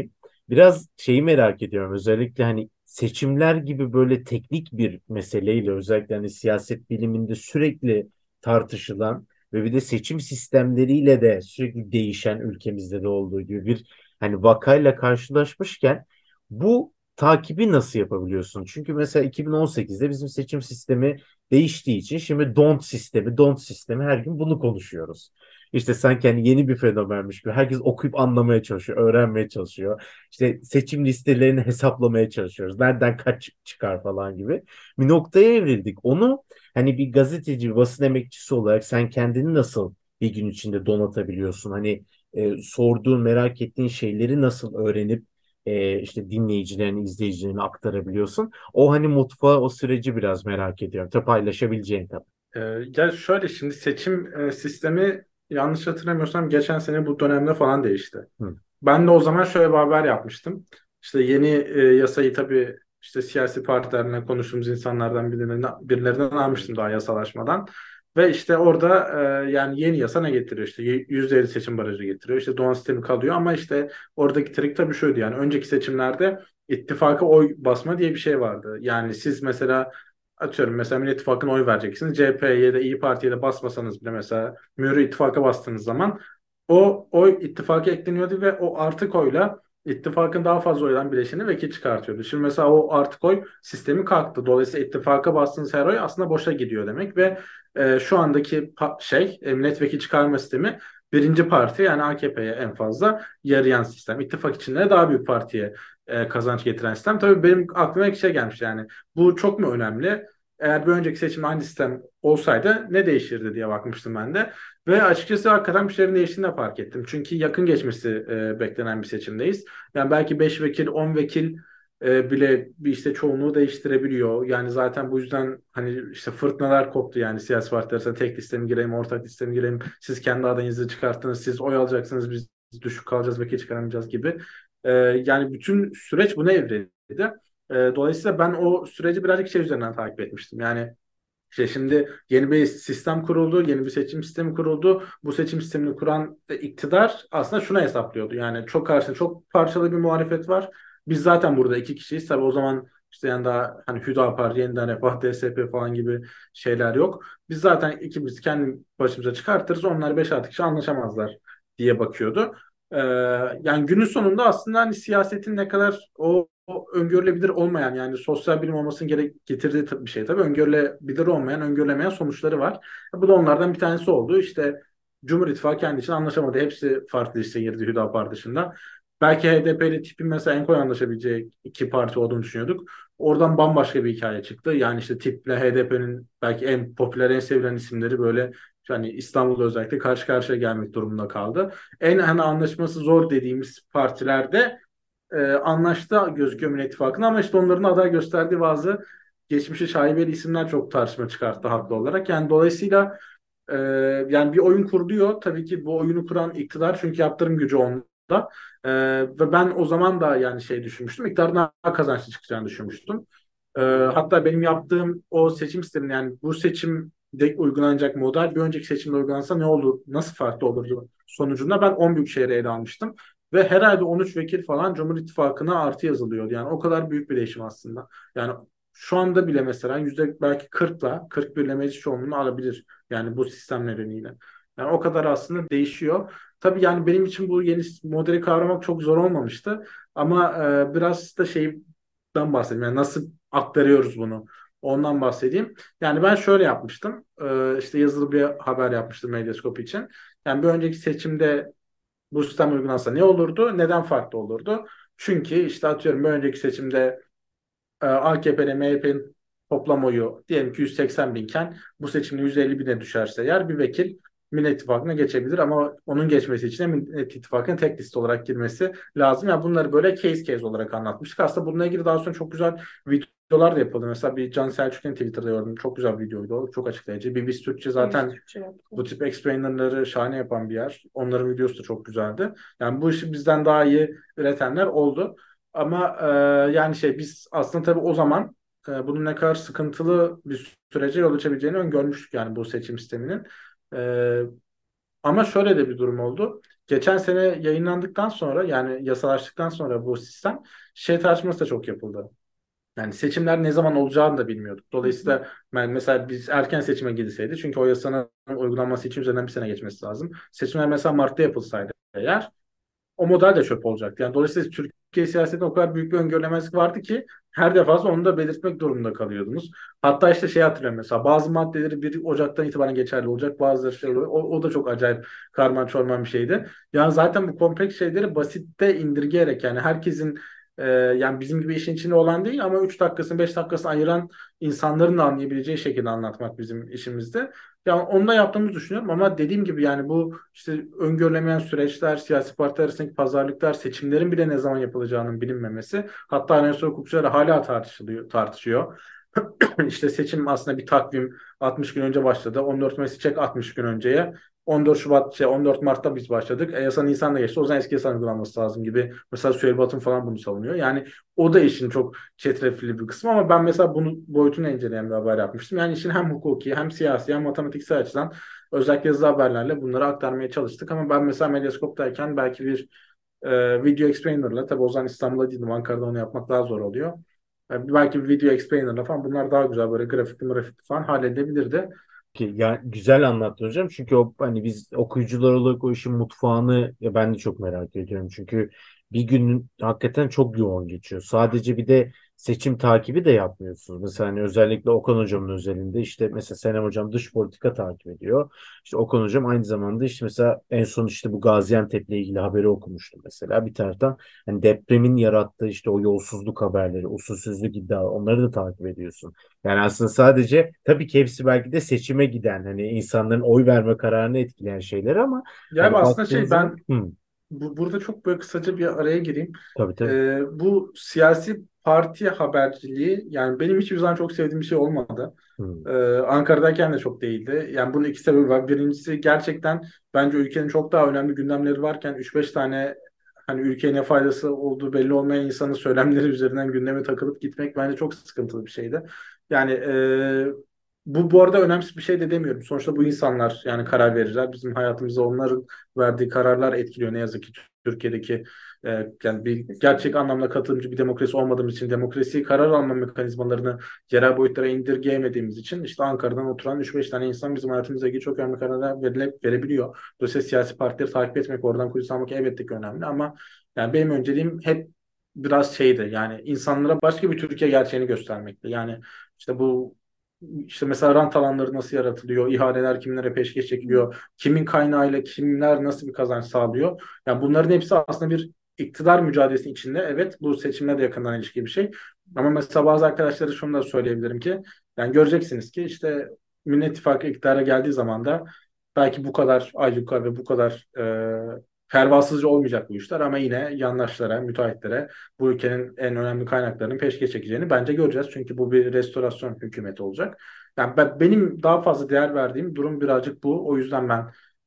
Biraz şeyi merak ediyorum. Özellikle hani seçimler gibi böyle teknik bir meseleyle, özellikle hani siyaset biliminde sürekli tartışılan ve bir de seçim sistemleriyle de sürekli değişen, ülkemizde de olduğu gibi bir hani vakayla karşılaşmışken bu takibi nasıl yapabiliyorsun? Çünkü mesela iki bin on sekizde bizim seçim sistemi değiştiği için şimdi don't sistemi, don't sistemi her gün bunu konuşuyoruz. İşte sanki hani yeni bir fenomenmiş gibi herkes okuyup anlamaya çalışıyor, öğrenmeye çalışıyor. İşte seçim listelerini hesaplamaya çalışıyoruz. Nereden kaç çıkar falan gibi. Bir noktaya evrildik. Onu hani bir gazeteci, bir basın emekçisi olarak sen kendini nasıl bir gün içinde donatabiliyorsun? Hani e, sorduğun, merak ettiğin şeyleri nasıl öğrenip e, işte dinleyicilerini, izleyicilerini aktarabiliyorsun? O hani mutfağı, o süreci biraz merak ediyorum. Tabii paylaşabileceğin tabii. Ee, ya şöyle şimdi seçim e, sistemi yanlış hatırlamıyorsam geçen sene bu dönemde falan değişti. Hı. Ben de o zaman şöyle bir haber yapmıştım. İşte yeni e, yasayı tabii işte siyasi partilerle konuştuğumuz insanlardan birilerine, birilerinden almıştım daha yasalaşmadan. Ve işte orada e, yani yeni yasa ne getiriyor? İşte y- yüzde elli seçim barajı getiriyor. İşte doğan sistemi kalıyor ama işte oradaki trik tabii şuydu yani önceki seçimlerde ittifaka oy basma diye bir şey vardı. Yani siz mesela atıyorum mesela Millet İttifakı'na oy vereceksiniz. C H P'ye de İyi Parti'ye de basmasanız bile mesela mührü ittifaka bastığınız zaman o oy ittifaka ekleniyordu ve o artık oyla ittifakın daha fazla oy alan bileşeni vekil çıkartıyordu. Şimdi mesela o artık oy sistemi kalktı. Dolayısıyla ittifaka bastığınız her oy aslında boşa gidiyor demek ve e, şu andaki pa- şey e, milletvekili çıkarma sistemi birinci parti yani A K P'ye en fazla yarayan sistem. İttifak içinde daha büyük partiye e, kazanç getiren sistem. Tabii benim aklıma iki şey gelmiş yani. Bu çok mu önemli? Eğer bir önceki seçimde aynı sistem olsaydı ne değişirdi diye bakmıştım ben de. Ve açıkçası hakikaten bir şeylerin değiştiğini de fark ettim. Çünkü yakın geçmesi e, beklenen bir seçimdeyiz. Yani belki beş vekil, on vekil e, bile bir işte çoğunluğu değiştirebiliyor. Yani zaten bu yüzden hani işte fırtınalar koptu yani siyasi partiler arasında tek liste mi gireyim, ortak liste mi gireyim, siz kendi adayınızı çıkarttınız, siz oy alacaksınız, biz düşük kalacağız, vekil çıkaramayacağız gibi. E, yani bütün süreç buna evrildi. E, dolayısıyla ben o süreci birazcık şey üzerinden takip etmiştim. Yani işte şimdi yeni bir sistem kuruldu, yeni bir seçim sistemi kuruldu. Bu seçim sistemini kuran e, iktidar aslında şuna hesaplıyordu. Yani çok karşısında çok parçalı bir muhalefet var. Biz zaten burada iki kişiyiz. Tabii o zaman işte yani daha hani Hüdapar, Yeniden Refah, D S P falan gibi şeyler yok. Biz zaten ikimiz kendi başımıza çıkartırız. Onlar beş altı kişi anlaşamazlar diye bakıyordu. Ee, yani günün sonunda aslında hani siyasetin ne kadar o, o öngörülebilir olmayan yani sosyal bilim olmasının gerek getirdiği tab- bir şey tabii öngörülebilir olmayan, öngörülemeyen sonuçları var. Bu da onlardan bir tanesi oldu. İşte Cumhur İttifakı kendi için anlaşamadı. Hepsi farklı liste girdi Hüdapar dışında. Belki H D P ile tipin mesela en kolay anlaşabileceği iki parti olduğunu düşünüyorduk. Oradan bambaşka bir hikaye çıktı. Yani işte tiple H D P'nin belki en popüler, en sevilen isimleri böyle yani İstanbul'da özellikle karşı karşıya gelmek durumunda kaldı. En hani anlaşması zor dediğimiz partilerde e, anlaştı gözüküyor Millet İttifakı'na ama işte onların aday gösterdiği bazı geçmişe şaibeli isimler çok tartışma çıkarttı haklı olarak. Yani dolayısıyla e, yani bir oyun kuruluyor. Tabii ki bu oyunu kuran iktidar çünkü yaptırım gücü onda. E, ve ben o zaman da yani şey düşünmüştüm. İktidarın daha kazançlı çıkacağını düşünmüştüm. E, hatta benim yaptığım o seçim sistemi yani bu seçimde uygulanacak model bir önceki seçimde uygulansa ne olur, nasıl farklı olurdu sonucunda ben on büyük şehri ele almıştım. Ve herhalde on üç vekil falan Cumhur İttifakı'na artı yazılıyordu. Yani o kadar büyük bir değişim aslında. Yani şu anda bile mesela yüzde belki kırkla kırk bir ile meclis çoğunluğunu alabilir. Yani bu sistem nedeniyle. Yani o kadar aslında değişiyor. Tabii yani benim için bu yeni modeli kavramak çok zor olmamıştı. Ama e, biraz da şeyden bahsedeyim. Yani nasıl aktarıyoruz bunu? Ondan bahsedeyim. Yani ben şöyle yapmıştım. E, işte yazılı bir haber yapmıştım Medyaskop için. Yani bir önceki seçimde bu sistem uygulansa ne olurdu? Neden farklı olurdu? Çünkü işte atıyorum bir önceki seçimde e, A K P ile M H P'nin toplam oyu diyelim ki yüz seksen binken bu seçimde yüz elli bine düşerse eğer bir vekil Millet İttifakı'na geçebilir ama onun geçmesi için de Millet İttifakı'nın tek liste olarak girmesi lazım. Yani bunları böyle case case olarak anlatmıştık. Aslında bununla ilgili daha sonra çok güzel videolar da yapıldı. Mesela bir Can Selçuk'un Twitter'da gördüm. Çok güzel bir videoydu o. Çok açıklayıcı. B B C Türkçe Biz zaten Türkçe yaptık. bu tip explainer'ları şahane yapan bir yer. Onların videosu da çok güzeldi. Yani bu işi bizden daha iyi üretenler oldu. Ama e, yani şey biz aslında tabii o zaman e, bunun ne kadar sıkıntılı bir sürece yol açabileceğini öngörmüştük yani bu seçim sisteminin. E, ama şöyle de bir durum oldu. geçen sene yayınlandıktan sonra yani yasalaştıktan sonra bu sistem şey tartışması da çok yapıldı. Yani seçimler ne zaman olacağını da bilmiyorduk. Dolayısıyla ben mesela biz erken seçime gidilseydi çünkü o yasanın uygulanması için üzerinden bir sene geçmesi lazım. Seçimler mesela Mart'ta yapılsaydı eğer o model de çöp olacaktı. Yani dolayısıyla Türkiye siyasetinde o kadar büyük bir öngörülemezlik vardı ki her defasında onu da belirtmek durumunda kalıyordunuz. Hatta işte şey hatırlıyorum mesela bazı maddeleri bir Ocak'tan itibaren geçerli olacak bazıları şey oluyor. O, o da çok acayip karman çorman bir şeydi. Yani zaten bu kompleks şeyleri basitte indirgeyerek yani herkesin e, yani bizim gibi işin içinde olan değil ama üç dakikasını beş dakikasını ayıran insanların da anlayabileceği şekilde anlatmak bizim işimizde. Yani onu da yaptığımızı düşünüyorum ama dediğim gibi yani bu işte öngörülemeyen süreçler, siyasi partiler arasındaki pazarlıklar, seçimlerin bile ne zaman yapılacağının bilinmemesi, hatta anayasa hukukçuları hala tartışılıyor, tartışıyor. İşte seçim aslında bir takvim altmış gün önce başladı. on dört Mayıs'ı çek altmış gün önceye. on dört Şubat, şey on dört Mart'ta biz başladık. E, yasa Nisan'da geçti. O zaman eski yasa uygulanması lazım gibi. Mesela Süheyl Batın falan bunu savunuyor. Yani o da işin çok çetrefilli bir kısmı ama ben mesela bunu boyutunu inceleyen bir haber yapmıştım. Yani işin hem hukuki hem siyasi hem matematiksel açıdan özellikle yazılı haberlerle bunları aktarmaya çalıştık. Ama ben mesela Medyascope'dayken belki bir e, video explainer'la tabii o zaman İstanbul'da değildim. Ankara'da onu yapmak daha zor oluyor. Yani belki bir video explainer'la falan bunlar daha güzel böyle grafikli grafikli falan halledebilirdi. Ki ya güzel anlattın hocam çünkü o hani biz okuyucular olarak o işin mutfağını ya ben de çok merak ediyorum çünkü bir gün hakikaten çok yoğun geçiyor. Sadece bir de seçim takibi de yapmıyorsunuz. Mesela hani özellikle Okan hocamın özelinde işte mesela Senem hocam dış politika takip ediyor. İşte Okan hocam aynı zamanda işte mesela en son işte bu Gaziantep'le ilgili haberi okumuştum mesela. Bir taraftan hani depremin yarattığı işte o yolsuzluk haberleri, usulsüzlük iddia onları da takip ediyorsun. Yani aslında sadece tabii ki hepsi belki de seçime giden hani insanların oy verme kararını etkileyen şeyler ama Yani hani aslında baktığın şey zaman ben hı, bu, burada çok böyle kısaca bir araya gireyim. tabii tabii. Ee, bu siyasi parti haberciliği yani benim hiçbir zaman çok sevdiğim bir şey olmadı. Hı, Ee, Ankara'dayken de çok değildi. Yani bunun iki sebebi var. Birincisi gerçekten bence ülkenin çok daha önemli gündemleri varken üç beş tane hani ülkeye ne faydası olduğu belli olmayan insanın söylemleri üzerinden gündeme takılıp gitmek bence çok sıkıntılı bir şeydi. Yani e, bu bu arada önemsiz bir şey de demiyorum. Sonuçta bu insanlar yani karar verirler. Bizim hayatımızda onların verdiği kararlar etkiliyor ne yazık ki Türkiye'deki e, yani bir gerçek anlamda katılımcı bir demokrasi olmadığımız için demokrasiyi karar alma mekanizmalarını yerel boyutlara indirgeyemediğimiz için işte Ankara'dan oturan üç beş tane insan bizim hayatımızda ilgili çok önemli kararlar verile, verebiliyor. Dolayısıyla siyasi partileri takip etmek, oradan kulis almak elbette ki önemli ama yani benim önceliğim hep biraz şeydi yani insanlara başka bir Türkiye gerçeğini göstermekti. Yani işte bu işte mesela rant alanları nasıl yaratılıyor, ihaleler kimlere peşkeş çekiliyor, kimin kaynağıyla kimler nasıl bir kazanç sağlıyor. Yani bunların hepsi aslında bir iktidar mücadelesi içinde. Evet bu seçimle de yakından ilişkili bir şey. Ama mesela bazı arkadaşlara şunu da söyleyebilirim ki yani göreceksiniz ki işte Millet İttifakı iktidara geldiği zaman da belki bu kadar ayyuka ve bu kadar e, pervasızca olmayacak bu işler ama yine yandaşlara, müteahhitlere bu ülkenin en önemli kaynaklarının peşkeş çekeceğini bence göreceğiz. Çünkü bu bir restorasyon hükümeti olacak. Yani ben, benim daha fazla değer verdiğim durum birazcık bu. O yüzden ben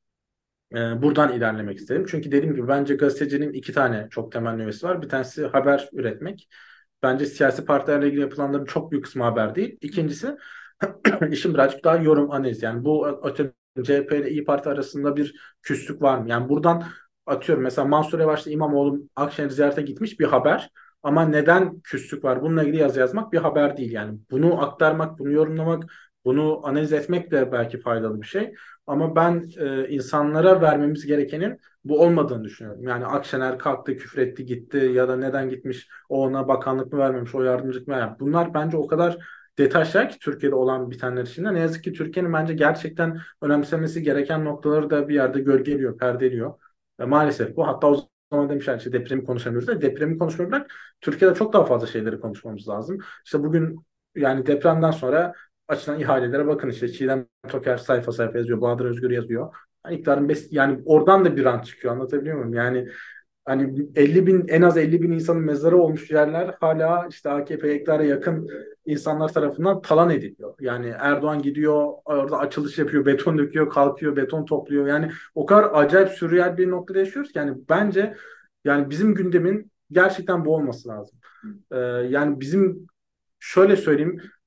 e, buradan ilerlemek istedim. Çünkü dediğim gibi bence gazetecinin iki tane çok temel nüvesi var. Bir tanesi haber üretmek. Bence siyasi partilerle ilgili yapılanların çok büyük kısmı haber değil. İkincisi işin birazcık daha yorum analiz. Yani bu atıyorum C H P ile İyi Parti arasında bir küslük var mı? Yani buradan atıyorum mesela Mansur Yavaş'la İmamoğlu Akşener'i ziyarete gitmiş bir haber. Ama neden küslük var? Bununla ilgili yazı yazmak bir haber değil. Yani bunu aktarmak, bunu yorumlamak, bunu analiz etmek de belki faydalı bir şey. Ama ben e, insanlara vermemiz gerekenin bu olmadığını düşünüyorum. Yani Akşener kalktı, küfretti, gitti ya da neden gitmiş, o ona bakanlık mı vermemiş, o yardımcılık mı vermemiş. Bunlar bence o kadar detaylar ki Türkiye'de olan bitenler içinde. Ne yazık ki Türkiye'nin bence gerçekten önemsemesi gereken noktaları da bir yerde gölgeliyor, perdeliyor. Ve maalesef bu. Hatta o zaman demişler işte depremi konuşamıyoruz da depremi konuşmayı bırak. Türkiye'de çok daha fazla şeyleri konuşmamız lazım. İşte bugün yani depremden sonra açılan ihalelere bakın işte Çiğdem Toker sayfa sayfa yazıyor. Bahadır Özgür yazıyor. Yani iktidarın bes yani oradan da bir rant çıkıyor. Anlatabiliyor muyum? Yani hani elli bin en az elli bin insanın mezarı olmuş yerler hala işte A K P iktidara yakın insanlar tarafından talan ediliyor. Yani Erdoğan gidiyor orada açılış yapıyor, beton döküyor, kalkıyor, beton topluyor. Yani o kadar acayip sürreal bir noktada yaşıyoruz ki yani bence yani bizim gündemin gerçekten bu olması lazım. Ee, yani bizim şöyle söyleyeyim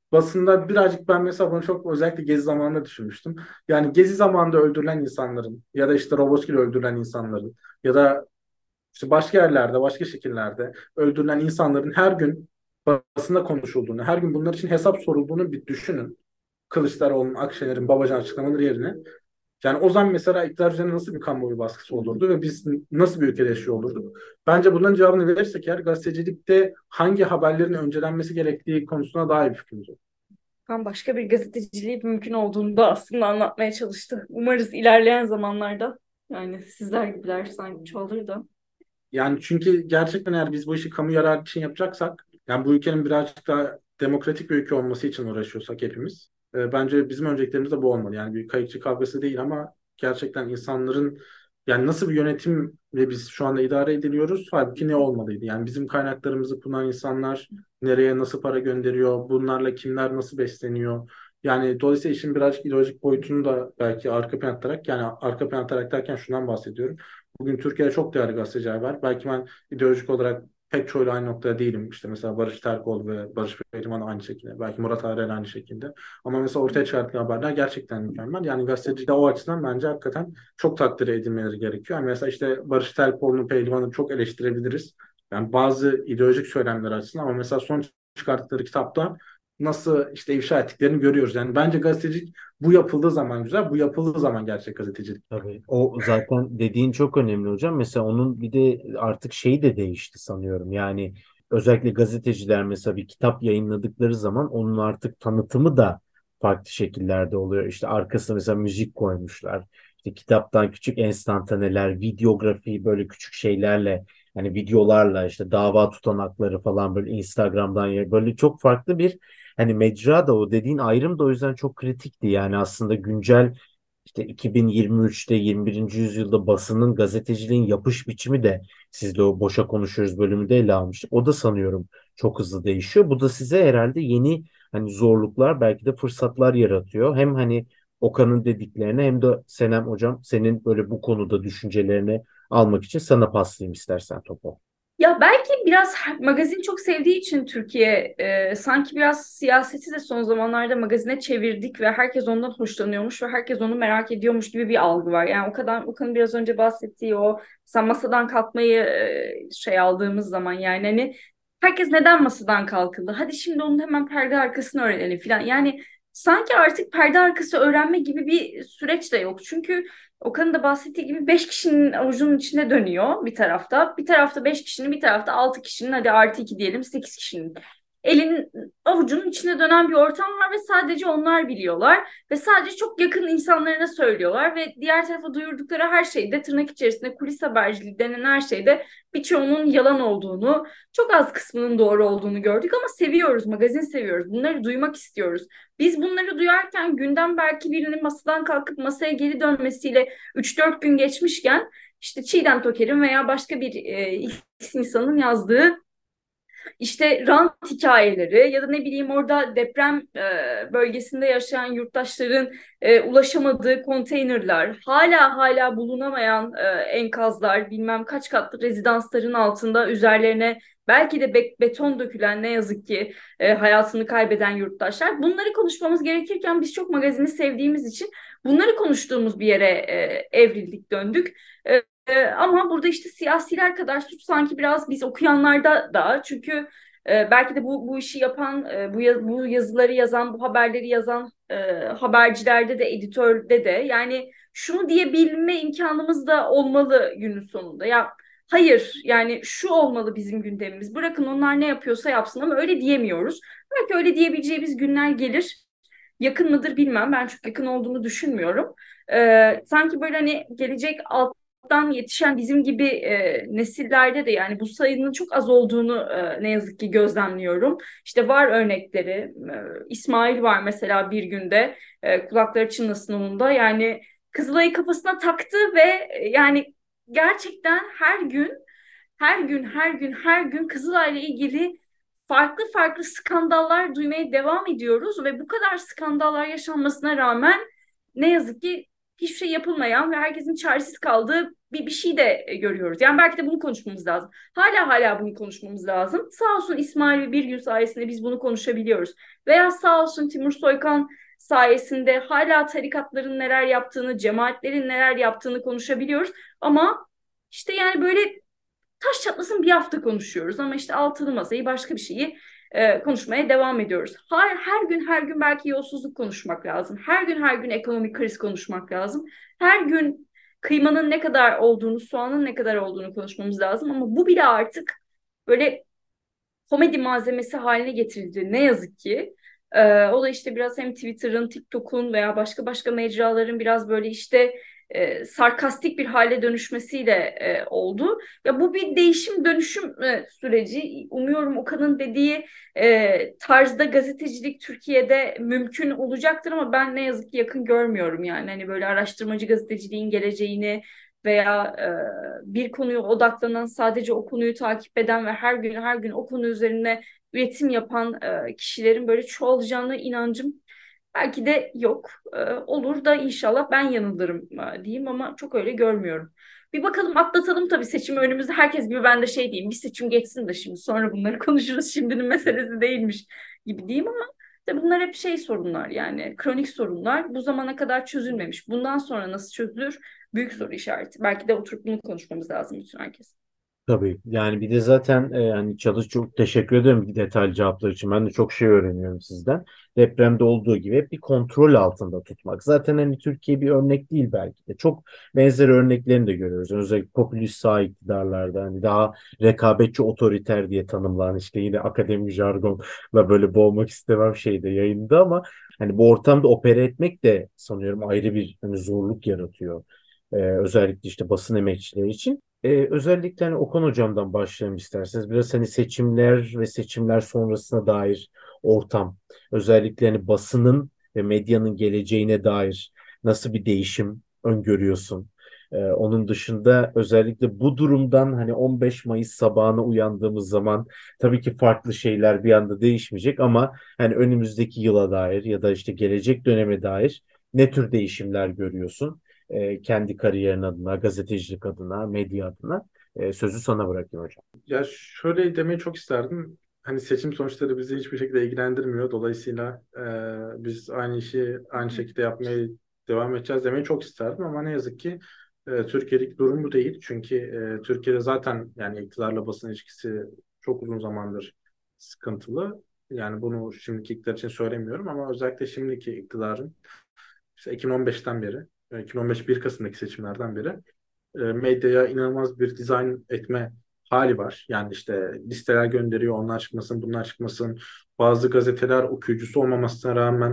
basında birazcık ben mesela bunu çok özellikle Gezi zamanında düşünmüştüm. Yani Gezi zamanında öldürülen insanların ya da işte Roboski'yle öldürülen insanların ya da işte başka yerlerde, başka şekillerde öldürülen insanların her gün basında konuşulduğunu, her gün bunlar için hesap sorulduğunu bir düşünün. Kılıçdaroğlu'nun, Akşener'in, Babacan açıklamaları yerine. Yani o zaman mesela iktidar üzerine nasıl bir kamuoyu baskısı olurdu ve biz nasıl bir ülkede yaşıyor olurduk? Bence bunların cevabını verirsek eğer gazetecilikte hangi haberlerin öncelenmesi gerektiği konusuna daha iyi bir fikrimiz olur. Ben başka bir gazeteciliği mümkün olduğunu da aslında anlatmaya çalıştı. Umarız ilerleyen zamanlarda yani sizler gibiler sanki çoğalır da. Yani çünkü gerçekten eğer biz bu işi kamu yararı için yapacaksak, yani bu ülkenin birazcık daha demokratik bir ülke olması için uğraşıyorsak hepimiz, e, bence bizim önceliklerimiz de bu olmalı. Yani bir kayıkçı kavgası değil ama gerçekten insanların yani nasıl bir yönetimle biz şu anda idare ediliyoruz, halbuki ne olmalıydı? Yani bizim kaynaklarımızı kullanan insanlar nereye nasıl para gönderiyor, bunlarla kimler nasıl besleniyor? Yani dolayısıyla işin birazcık ideolojik boyutunu da belki arka plan atarak, yani arka plan atarak derken şundan bahsediyorum. Bugün Türkiye'de çok değerli gazeteciler var. Belki ben ideolojik olarak pek çoğuyla aynı noktada değilim. İşte mesela Barış Terkoğlu ve Barış Pehlivan aynı şekilde. Belki Murat Arel aynı şekilde. Ama mesela ortaya çıkarttığı haberler gerçekten mükemmel. Yani gazeteci de o açıdan bence hakikaten çok takdir edilmeleri gerekiyor. Yani mesela işte Barış Terkoğlu'nu, Pehlivan'ı çok eleştirebiliriz. Yani bazı ideolojik söylemler açısından ama mesela son çıkarttıkları kitapta nasıl işte ifşa ettiklerini görüyoruz. Yani bence gazetecilik bu yapıldığı zaman güzel, bu yapıldığı zaman gerçek gazetecilik. Tabii. O zaten dediğin çok önemli hocam. Mesela onun bir de artık şeyi de değişti sanıyorum. Yani özellikle gazeteciler mesela bir kitap yayınladıkları zaman onun artık tanıtımı da farklı şekillerde oluyor. İşte arkasına mesela müzik koymuşlar. İşte kitaptan küçük enstantaneler, videografi böyle küçük şeylerle hani videolarla işte dava tutanakları falan böyle Instagram'dan ya- böyle çok farklı bir hani mecra da o dediğin ayrım da o yüzden çok kritikti. Yani aslında güncel işte iki bin yirmi üçte yirmi birinci yüzyılda basının gazeteciliğin yapış biçimi de siz de o boşa konuşuyoruz bölümünde ele almıştık. O da sanıyorum çok hızlı değişiyor. Bu da size herhalde yeni hani zorluklar belki de fırsatlar yaratıyor. Hem hani Okan'ın dediklerine hem de Senem hocam senin böyle bu konuda düşüncelerini almak için sana paslayayım istersen topu. Ya belki biraz magazin çok sevdiği için Türkiye e, sanki biraz siyaseti de son zamanlarda magazine çevirdik ve herkes ondan hoşlanıyormuş ve herkes onu merak ediyormuş gibi bir algı var. Yani o kadar Okan'ın biraz önce bahsettiği o sen masadan kalkmayı e, şey aldığımız zaman yani hani herkes neden masadan kalkıldı? Hadi şimdi onun hemen perde arkasını öğrenelim falan. Yani sanki artık perde arkası öğrenme gibi bir süreç de yok. Çünkü Okan'ın da bahsettiği gibi beş kişinin avucunun içine dönüyor bir tarafta. Bir tarafta beş kişinin, bir tarafta altı kişinin, hadi artı iki diyelim sekiz kişinin. Elin avucunun içine dönen bir ortam var ve sadece onlar biliyorlar. Ve sadece çok yakın insanlarına söylüyorlar. Ve diğer tarafa duyurdukları her şeyde tırnak içerisinde kulis haberciliği denen her şeyde birçoğunun yalan olduğunu, çok az kısmının doğru olduğunu gördük ama seviyoruz, magazin seviyoruz. Bunları duymak istiyoruz. Biz bunları duyarken gündem belki birinin masadan kalkıp masaya geri dönmesiyle üç dört gün geçmişken işte Çiğdem Toker'in veya başka bir e, X insanın yazdığı işte rant hikayeleri ya da ne bileyim orada deprem e, bölgesinde yaşayan yurttaşların e, ulaşamadığı konteynerler, hala hala bulunamayan e, enkazlar, bilmem kaç katlı rezidansların altında üzerlerine belki de be- beton dökülen ne yazık ki e, hayatını kaybeden yurttaşlar. Bunları konuşmamız gerekirken biz çok magazini sevdiğimiz için bunları konuştuğumuz bir yere e, evrildik, döndük. E, e, ama burada işte siyasiler kadar suç sanki biraz biz okuyanlarda da çünkü e, belki de bu bu işi yapan, e, bu ya- bu yazıları yazan, bu haberleri yazan e, habercilerde de, editörde de yani şunu diyebilme imkanımız da olmalı günün sonunda. Ya hayır yani şu olmalı bizim gündemimiz. Bırakın onlar ne yapıyorsa yapsın ama öyle diyemiyoruz. Belki öyle diyebileceğimiz günler gelir. Yakın mıdır bilmem. Ben çok yakın olduğunu düşünmüyorum. E, sanki böyle hani gelecek alttan yetişen bizim gibi e, nesillerde de yani bu sayının çok az olduğunu e, ne yazık ki gözlemliyorum. İşte var örnekleri. E, İsmail var mesela bir günde e, kulakları çınlasın onun da. Yani Kızılay'ı kafasına taktı ve e, yani gerçekten her gün her gün her gün her gün Kızılay'la ilgili farklı farklı skandallar duymaya devam ediyoruz ve bu kadar skandallar yaşanmasına rağmen ne yazık ki hiçbir şey yapılmayan ve herkesin çaresiz kaldığı bir, bir şey de e, görüyoruz. Yani belki de bunu konuşmamız lazım. Hala hala bunu konuşmamız lazım. Sağ olsun İsmail ve Birgün sayesinde biz bunu konuşabiliyoruz. Veya sağ olsun Timur Soykan sayesinde hala tarikatların neler yaptığını, cemaatlerin neler yaptığını konuşabiliyoruz. Ama işte yani böyle taş çatlasın bir hafta konuşuyoruz ama işte altılı masayı başka bir şeyi e, konuşmaya devam ediyoruz. Her, her gün her gün belki yolsuzluk konuşmak lazım. Her gün her gün ekonomik kriz konuşmak lazım. Her gün kıymanın ne kadar olduğunu, soğanın ne kadar olduğunu konuşmamız lazım ama bu bile artık böyle komedi malzemesi haline getirildi ne yazık ki. Ee, o da işte biraz hem Twitter'ın, TikTok'un veya başka başka mecraların biraz böyle işte e, sarkastik bir hale dönüşmesiyle e, oldu. Ya bu bir değişim dönüşüm e, süreci. Umuyorum Okan'ın dediği e, tarzda gazetecilik Türkiye'de mümkün olacaktır ama ben ne yazık ki yakın görmüyorum yani. Hani böyle araştırmacı gazeteciliğin geleceğini veya e, bir konuya odaklanan, sadece o konuyu takip eden ve her gün her gün o konu üzerine üretim yapan e, kişilerin böyle çoğalacağına inancım belki de yok. E, olur da inşallah ben yanılırım e, diyeyim ama çok öyle görmüyorum. Bir bakalım atlatalım tabii seçimi önümüzde. Herkes gibi ben de şey diyeyim. Bir seçim geçsin de şimdi sonra bunları konuşuruz. Şimdinin meselesi değilmiş gibi diyeyim ama de bunlar hep şey sorunlar yani kronik sorunlar. Bu zamana kadar çözülmemiş. Bundan sonra nasıl çözülür? Büyük soru işareti. Belki de oturup bunu konuşmamız lazım bütün herkes. Tabii yani bir de zaten e, yani Çalış çok teşekkür ederim detaylı cevaplar için. Ben de çok şey öğreniyorum sizden. Depremde olduğu gibi hep bir kontrol altında tutmak. Zaten hani Türkiye bir örnek değil belki de. Çok benzer örneklerini de görüyoruz. Özellikle popülist sağ iktidarlarda hani daha rekabetçi otoriter diye tanımlanan işte yine akademik jargonla böyle boğmak istemem şeyde yayında ama hani bu ortamda opera etmek de sanıyorum ayrı bir hani zorluk yaratıyor. E, özellikle işte basın emekçileri için. Ee, özellikle hani Okan Hocam'dan başlayalım isterseniz. Biraz hani seçimler ve seçimler sonrasına dair ortam, özellikle hani basının ve medyanın geleceğine dair nasıl bir değişim öngörüyorsun? Ee, onun dışında özellikle bu durumdan hani on beş Mayıs sabahına uyandığımız zaman tabii ki farklı şeyler bir anda değişmeyecek ama hani önümüzdeki yıla dair ya da işte gelecek döneme dair ne tür değişimler görüyorsun? E, kendi kariyerin adına, gazetecilik adına, medya adına. E, sözü sana bırakayım hocam. Ya şöyle demeyi çok isterdim. Hani seçim sonuçları bizi hiçbir şekilde ilgilendirmiyor. Dolayısıyla e, biz aynı işi aynı şekilde yapmaya devam edeceğiz demeyi çok isterdim. Ama ne yazık ki e, Türkiye'deki durum bu değil. Çünkü e, Türkiye'de zaten yani iktidarla basın ilişkisi çok uzun zamandır sıkıntılı. Yani bunu şimdiki iktidar için söylemiyorum ama özellikle şimdiki iktidarın işte iki bin on beşten beri, e, iki bin on beş bir Kasım'daki seçimlerden beri e, medyaya inanılmaz bir dizayn etme hali var. Yani işte listeler gönderiyor, onlar çıkmasın, bunlar çıkmasın. Bazı gazeteler okuyucusu olmamasına rağmen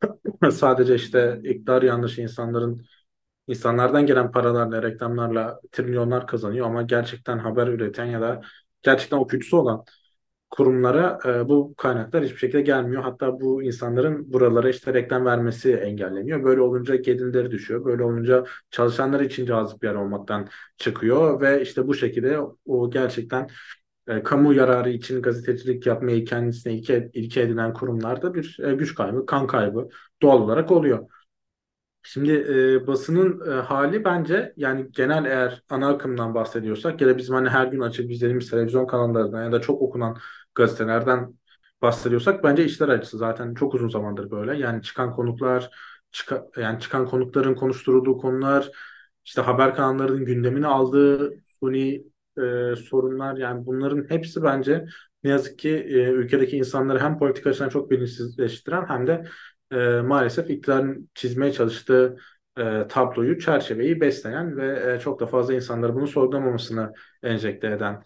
sadece işte iktidar yanlışı insanların insanlardan gelen paralarla, reklamlarla trilyonlar kazanıyor ama gerçekten haber üreten ya da gerçekten okuyucusu olan kurumlara e, bu kaynaklar hiçbir şekilde gelmiyor. Hatta bu insanların buralara işte reklam vermesi engelleniyor. Böyle olunca gelirleri düşüyor. Böyle olunca çalışanlar için cazip bir yer olmaktan çıkıyor ve işte bu şekilde o gerçekten e, kamu yararı için gazetecilik yapmayı kendisine ilke, ilke edinen kurumlarda bir e, güç kaybı, kan kaybı doğal olarak oluyor. Şimdi e, basının e, hali bence yani genel eğer ana akımdan bahsediyorsak ya da bizim hani her gün açıp izlediğimiz televizyon kanallarından ya da çok okunan gazetelerden bahsediyorsak bence işler acısı zaten çok uzun zamandır böyle. Yani çıkan konuklar, çıka, yani çıkan konukların konuşturulduğu konular, işte haber kanallarının gündemini aldığı suni e, sorunlar yani bunların hepsi bence ne yazık ki e, ülkedeki insanları hem politik açıdan çok bilinçsizleştiren hem de e, maalesef iktidarın çizmeye çalıştığı e, tabloyu, çerçeveyi besleyen ve e, çok da fazla insanları bunu sorgulamamasını enjekte eden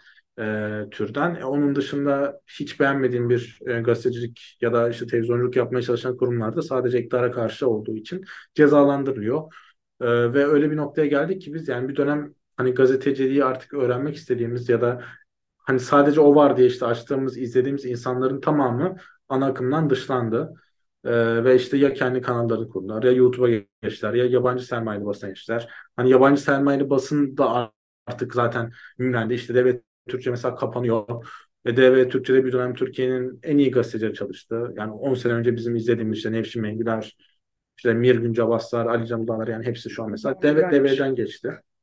e, türden. E, onun dışında hiç beğenmediğim bir e, gazetecilik ya da işte televizyonculuk yapmaya çalışan kurumlarda sadece iktidara karşı olduğu için cezalandırılıyor. E, ve öyle bir noktaya geldik ki biz yani bir dönem hani gazeteciliği artık öğrenmek istediğimiz ya da hani sadece o var diye işte açtığımız, izlediğimiz insanların tamamı ana akımdan dışlandı. Ee, ve işte ya kendi kanallarını kurdular ya YouTube'a geçtiler ya yabancı sermayeli basına geçtiler. Hani yabancı sermayeli basın da artık zaten ünlendi. İşte Devlet Türkçe mesela kapanıyor. Ve Devlet Türkçe'de bir dönem Türkiye'nin en iyi gazetecileri çalıştı. Yani on sene önce bizim izlediğimiz işte Nevşin Mengüler, işte Mirgün Cabaslar, Ali Can Ulanar yani hepsi şu an mesela Devlet Güzelmiş. Devlet'den geçti.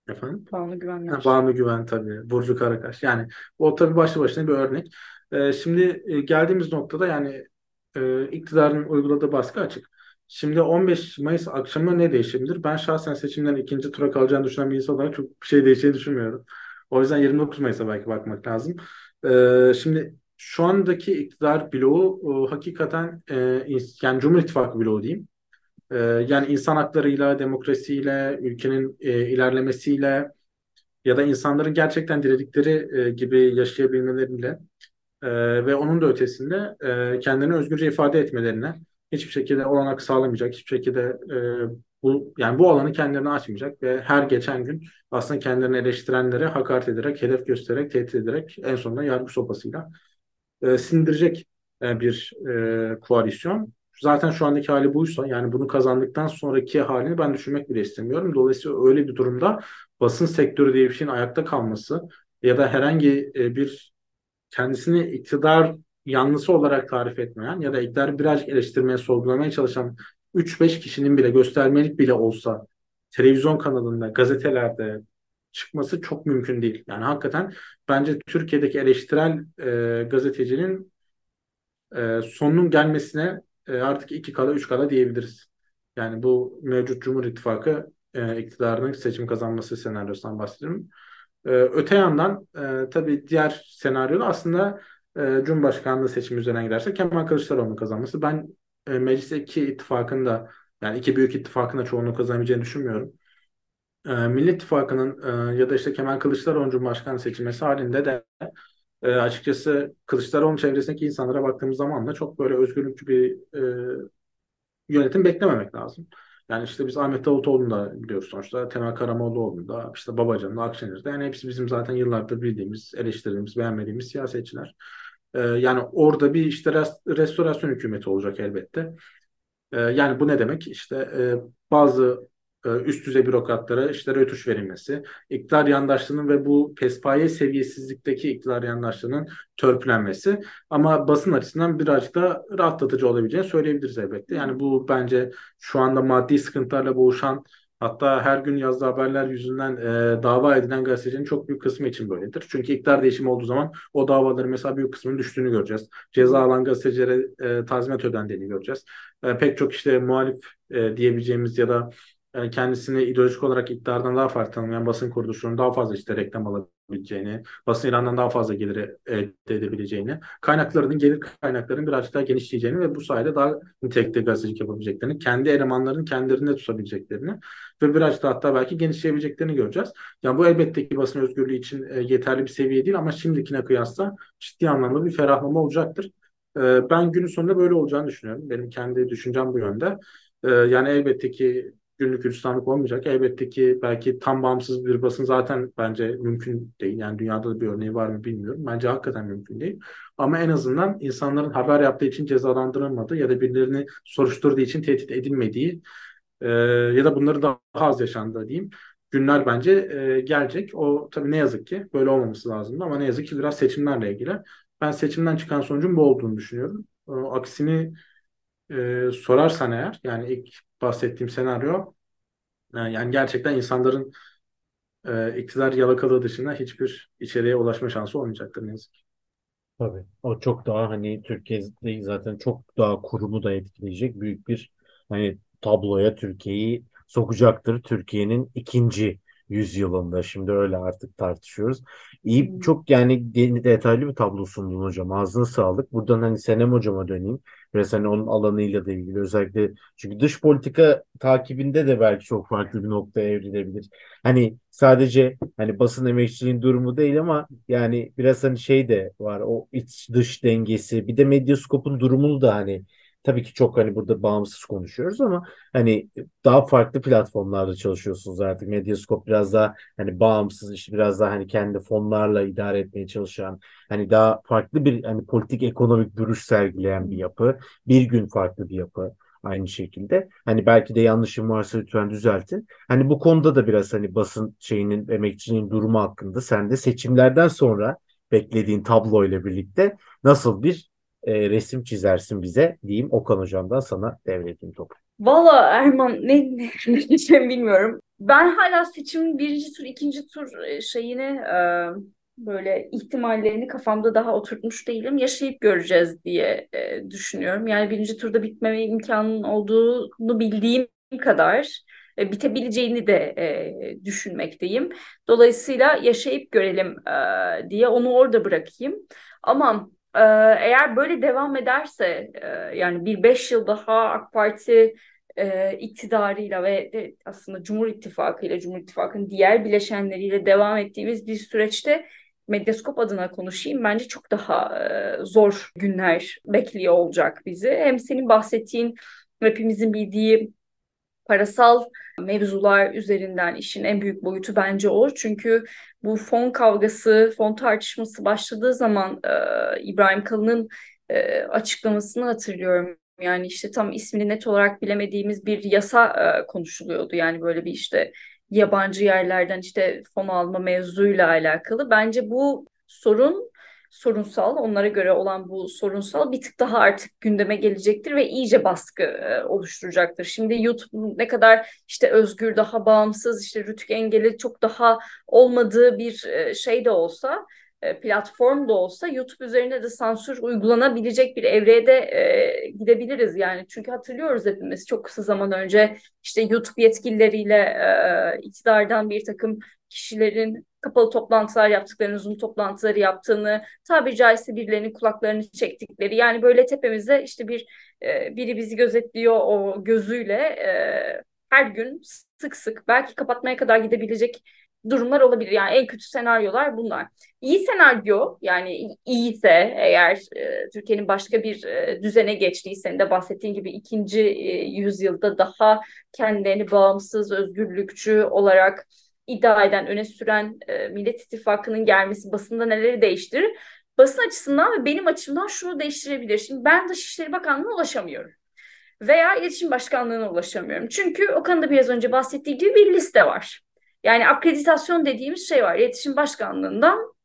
Efendim? Banu Ha, Güvenler. Banu Güven tabii. Burcu Karakaş. Yani o tabii başlı başına bir örnek. Ee, şimdi e, geldiğimiz noktada yani e, iktidarın uyguladığı baskı açık. Şimdi on beş Mayıs akşamı ne değişebilir? Ben şahsen seçimden ikinci tura kalacağını düşünen bir insan olarak çok bir şey değişeceğini düşünmüyorum. O yüzden yirmi dokuz Mayıs'a belki bakmak lazım. Ee, şimdi şu andaki iktidar bloğu e, hakikaten e, ins- yani Cumhur İttifakı bloğu diyeyim. Ee, yani insan haklarıyla, demokrasiyle, ülkenin e, ilerlemesiyle ya da insanların gerçekten diledikleri e, gibi yaşayabilmeleriyle e, ve onun da ötesinde e, kendini özgürce ifade etmelerine hiçbir şekilde olanak sağlamayacak, hiçbir şekilde e, bu yani bu alanı kendilerine açmayacak ve her geçen gün aslında kendilerini eleştirenlere hakaret ederek, hedef göstererek, tehdit ederek en sonunda yargı sopasıyla e, sindirecek e, bir e, koalisyon. Zaten şu andaki hali buysa yani bunu kazandıktan sonraki halini ben düşünmek bile istemiyorum. Dolayısıyla öyle bir durumda basın sektörü diye bir şeyin ayakta kalması ya da herhangi e, bir kendisini iktidar yanlısı olarak tarif etmeyen ya da iktidarı birazcık eleştirmeye, sorgulamaya çalışan üç beş kişinin bile göstermelik bile olsa televizyon kanalında, gazetelerde çıkması çok mümkün değil. Yani hakikaten bence Türkiye'deki eleştirel e, gazetecinin e, sonunun gelmesine e, artık iki kala üç kala diyebiliriz. Yani bu mevcut Cumhur İttifakı e, iktidarının seçim kazanması senaryosundan bahsediyorum. E, öte yandan e, tabii diğer senaryoda aslında e, Cumhurbaşkanlığı seçimi üzerine giderse Kemal Kılıçdaroğlu'nun kazanması. Ben e, meclis iki ittifakında yani iki büyük ittifakında çoğunluğu kazanabileceğini düşünmüyorum. E, Millet İttifakı'nın e, ya da işte Kemal Kılıçdaroğlu Cumhurbaşkanı seçilmesi halinde de e, açıkçası Kılıçdaroğlu çevresindeki insanlara baktığımız zaman da çok böyle özgürlükçü bir e, yönetim beklememek lazım. Yani işte biz Ahmet Davutoğlu'nu da biliyoruz sonuçta. Temel Karamollaoğlu'nu da işte Babacan'ı da Akşener'i de yani hepsi bizim zaten yıllardır bildiğimiz, eleştirdiğimiz, beğenmediğimiz siyasetçiler. E, yani orada bir işte res- restorasyon hükümeti olacak elbette. E, yani bu ne demek? İşte e, bazı e, üst düzey bürokratlara işte rötuş verilmesi, iktidar yandaşlığının ve bu pespaye seviyesizlikteki iktidar yandaşlığının törpülenmesi ama basın açısından birazcık da rahatlatıcı olabileceğini söyleyebiliriz elbette. Yani bu bence şu anda maddi sıkıntılarla boğuşan hatta her gün yazdığı haberler yüzünden e, dava edilen gazetecinin çok büyük kısmı için böyledir. Çünkü iktidar değişimi olduğu zaman o davaların mesela büyük kısmının düştüğünü göreceğiz. Ceza alan gazetecilere e, tazminat ödendiğini göreceğiz. E, pek çok işte muhalif e, diyebileceğimiz ya da e, kendisini ideolojik olarak iktidardan daha farklı tanımlayan basın kuruluşlarının daha fazla işte reklam alabileceğini, basın ilanından daha fazla gelir elde edebileceğini, kaynaklarının, gelir kaynaklarının birazcık daha genişleyeceğini ve bu sayede daha nitelikli gazetecilik yapabileceklerini, kendi elemanlarının kendilerinde tutabileceklerini ve birazcık da hatta belki genişleyebileceklerini göreceğiz. Yani bu elbette ki basın özgürlüğü için e, yeterli bir seviye değil ama şimdikine kıyasla ciddi anlamda bir ferahlama olacaktır. E, ben günün sonunda böyle olacağını düşünüyorum. Benim kendi düşüncem bu yönde. E, yani elbette ki günlük gülistanlık olmayacak. Elbette ki belki tam bağımsız bir basın zaten bence mümkün değil. Yani dünyada da bir örneği var mı bilmiyorum. Bence hakikaten mümkün değil. Ama en azından insanların haber yaptığı için cezalandırılmadığı ya da birilerini soruşturduğu için tehdit edilmediği e, ya da bunları daha az yaşandığı diyeyim günler bence e, gelecek. O tabii ne yazık ki böyle olmaması lazımdı ama ne yazık ki biraz seçimlerle ilgili. Ben seçimden çıkan sonucun bu olduğunu düşünüyorum. E, aksini e, sorarsan eğer yani ilk bahsettiğim senaryo e, yani gerçekten insanların e, iktidar yalakalığı dışında hiçbir içeriğe ulaşma şansı olmayacaktır ne yazık ki. Tabii. O çok daha hani Türkiye'de zaten çok daha kurumu da etkileyecek büyük bir hani tabloya Türkiye'yi sokacaktır. Türkiye'nin ikinci yüzyılında şimdi öyle artık tartışıyoruz. İyi çok yani de- detaylı bir tablo sundun hocam. Ağzına sağlık. Buradan hani Senem hocama döneyim. Biraz hani onun alanıyla da ilgili özellikle çünkü dış politika takibinde de belki çok farklı bir noktaya evrilebilir. Hani sadece hani basın emekçiliğin durumu değil ama yani biraz hani şey de var o iç dış dengesi bir de Medyaskop'un durumunu da hani tabii ki çok hani burada bağımsız konuşuyoruz ama hani daha farklı platformlarda çalışıyorsunuz artık. Medyaskop biraz daha hani bağımsız işte biraz daha hani kendi fonlarla idare etmeye çalışan hani daha farklı bir hani politik ekonomik duruş sergileyen bir yapı. Bir gün farklı bir yapı aynı şekilde. Hani belki de yanlışım varsa lütfen düzeltin. Hani bu konuda da biraz hani basın şeyinin, emekçinin durumu hakkında sen de seçimlerden sonra beklediğin tablo ile birlikte nasıl bir e, resim çizersin bize diyeyim. Okan Hocam'dan sana devredeyim topu. Valla Erman ne, ne, ne diyeceğimi bilmiyorum. Ben hala seçimin birinci tur, ikinci tur e, şeyini e, böyle ihtimallerini kafamda daha oturtmuş değilim. Yaşayıp göreceğiz diye e, düşünüyorum. Yani birinci turda bitmeme imkanının olduğunu bildiğim kadar e, bitebileceğini de e, düşünmekteyim. Dolayısıyla yaşayıp görelim e, diye onu orada bırakayım. Ama e, eğer böyle devam ederse e, yani bir beş yıl daha AK Parti e, iktidarıyla ve de aslında Cumhur İttifakı ile Cumhur İttifakı'nın diğer bileşenleriyle devam ettiğimiz bir süreçte Medyaskop adına konuşayım. Bence çok daha e, zor günler bekliyor olacak bizi. Hem senin bahsettiğin hepimizin bildiği parasal mevzular üzerinden işin en büyük boyutu bence o. Çünkü bu fon kavgası, fon tartışması başladığı zaman e, İbrahim Kalın'ın e, açıklamasını hatırlıyorum. Yani işte tam ismini net olarak bilemediğimiz bir yasa e, konuşuluyordu. Yani böyle bir işte yabancı yerlerden işte fon alma mevzuyla alakalı. Bence bu sorun sorunsal, onlara göre olan bu sorunsal bir tık daha artık gündeme gelecektir ve iyice baskı e, oluşturacaktır. Şimdi YouTube ne kadar işte özgür, daha bağımsız, işte rütük engeli çok daha olmadığı bir e, şey de olsa, e, platform da olsa YouTube üzerinde de sansür uygulanabilecek bir evreye de e, gidebiliriz yani. Çünkü hatırlıyoruz hepimiz çok kısa zaman önce işte YouTube yetkilileriyle e, iktidardan bir takım kişilerin kapalı toplantılar yaptıklarını, Zoom toplantıları yaptığını, tabiri caizse birilerinin kulaklarını çektikleri. Yani böyle tepemizde işte bir e, biri bizi gözetliyor o gözüyle e, her gün sık sık belki kapatmaya kadar gidebilecek durumlar olabilir. Yani en kötü senaryolar bunlar. İyi senaryo yani iyiyse eğer e, Türkiye'nin başka bir e, düzene geçtiği senin de bahsettiğin gibi ikinci e, yüzyılda daha kendilerini bağımsız, özgürlükçü olarak iddia eden, öne süren e, Millet İttifakı'nın gelmesi basında neleri değiştirir? Basın açısından ve benim açımdan şunu değiştirebilir. Şimdi ben Dışişleri Bakanlığı'na ulaşamıyorum. Veya İletişim Başkanlığı'na ulaşamıyorum. Çünkü Okan'ın da biraz önce bahsettiği gibi bir liste var. Yani akreditasyon dediğimiz şey var. İletişim Başkanlığı'ndan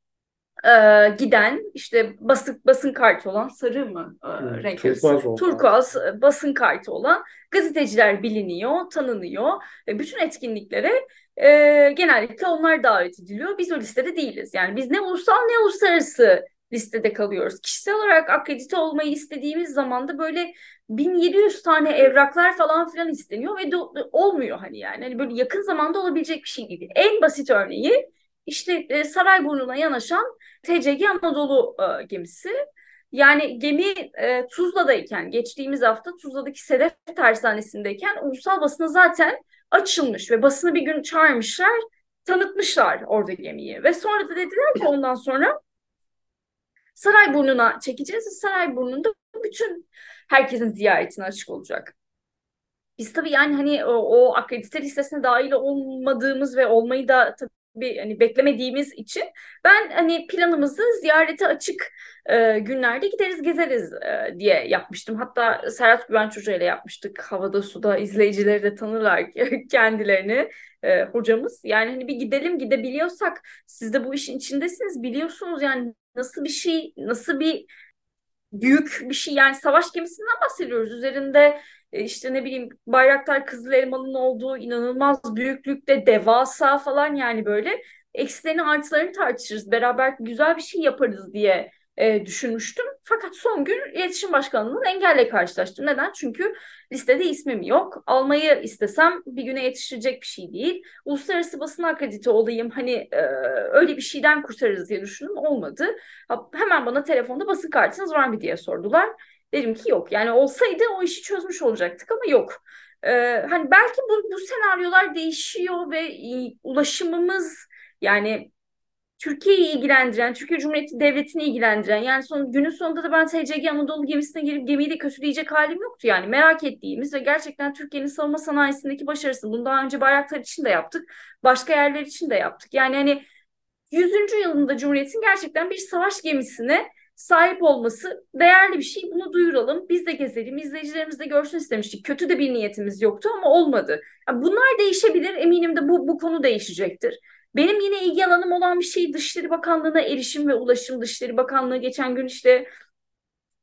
e, giden işte basın basın kartı olan sarı mı e, Hmm, renk turkuaz oldu. turkuaz e, basın kartı olan gazeteciler biliniyor, tanınıyor. E, bütün etkinliklere e, genellikle onlar davet ediliyor. Biz o listede değiliz. Yani biz ne ulusal ne uluslararası listede kalıyoruz. Kişisel olarak akredite olmayı istediğimiz zaman da böyle bin yedi yüz tane evraklar falan filan isteniyor ve de, olmuyor hani yani. Hani böyle yakın zamanda olabilecek bir şey değil. En basit örneği işte e, Sarayburnu'na yanaşan T C G Anadolu e, gemisi. Yani gemi e, Tuzla'dayken, geçtiğimiz hafta Tuzla'daki Sedef Tersanesi'ndeyken ulusal basına zaten açılmış ve basını bir gün çağırmışlar, tanıtmışlar orada gemiyi. Ve sonra da dediler ki ondan sonra Sarayburnu'na çekeceğiz. Sarayburnu'nda bütün herkesin ziyaretine açık olacak. Biz tabii yani hani o, o akredite listesine dahil olmadığımız ve olmayı da tabii hani beklemediğimiz için ben hani planımızı ziyarete açık e, günlerde gideriz gezeriz e, diye yapmıştım. Hatta Serhat Güvenç Hoca ile yapmıştık. Havada suda izleyicileri de tanırlar kendilerini e, hocamız. Yani hani bir gidelim gidebiliyorsak siz de bu işin içindesiniz biliyorsunuz yani nasıl bir şey nasıl bir büyük bir şey yani savaş gemisinden bahsediyoruz. Üzerinde e, işte ne bileyim Bayraktar Kızıl Elmalı'nın olduğu inanılmaz büyüklükte devasa falan yani böyle eksilerini artılarını tartışırız. Beraber güzel bir şey yaparız diye e, düşünmüştüm. Fakat son gün iletişim başkanlığının engelle karşılaştım. Neden? Çünkü listede ismim yok. Almayı istesem bir güne yetiştirecek bir şey değil. Uluslararası basın akredite olayım hani e, öyle bir şeyden kurtarırız diye düşündüm. Olmadı. Hemen bana telefonda basın kartınız var mı diye sordular. Dedim ki yok. Yani olsaydı o işi çözmüş olacaktık ama yok. Ee, hani belki bu, bu senaryolar değişiyor ve e, ulaşımımız yani Türkiye'yi ilgilendiren, Türkiye Cumhuriyeti Devleti'ni ilgilendiren yani son, günün sonunda da ben T C G Anadolu gemisine girip gemiyi de kötüleyecek halim yoktu. Yani merak ettiğimiz ve gerçekten Türkiye'nin savunma sanayisindeki başarısını bunu daha önce Bayraktar için de yaptık. Başka yerler için de yaptık. Yani hani yüzüncü yılında Cumhuriyet'in gerçekten bir savaş gemisine sahip olması değerli bir şey. Bunu duyuralım. Biz de gezelim. İzleyicilerimiz de görsün istemiştik. Kötü de bir niyetimiz yoktu ama olmadı. Yani bunlar değişebilir. Eminim de bu, bu konu değişecektir. Benim yine ilgi alanım olan bir şey Dışişleri Bakanlığı'na erişim ve ulaşım. Dışişleri Bakanlığı geçen gün işte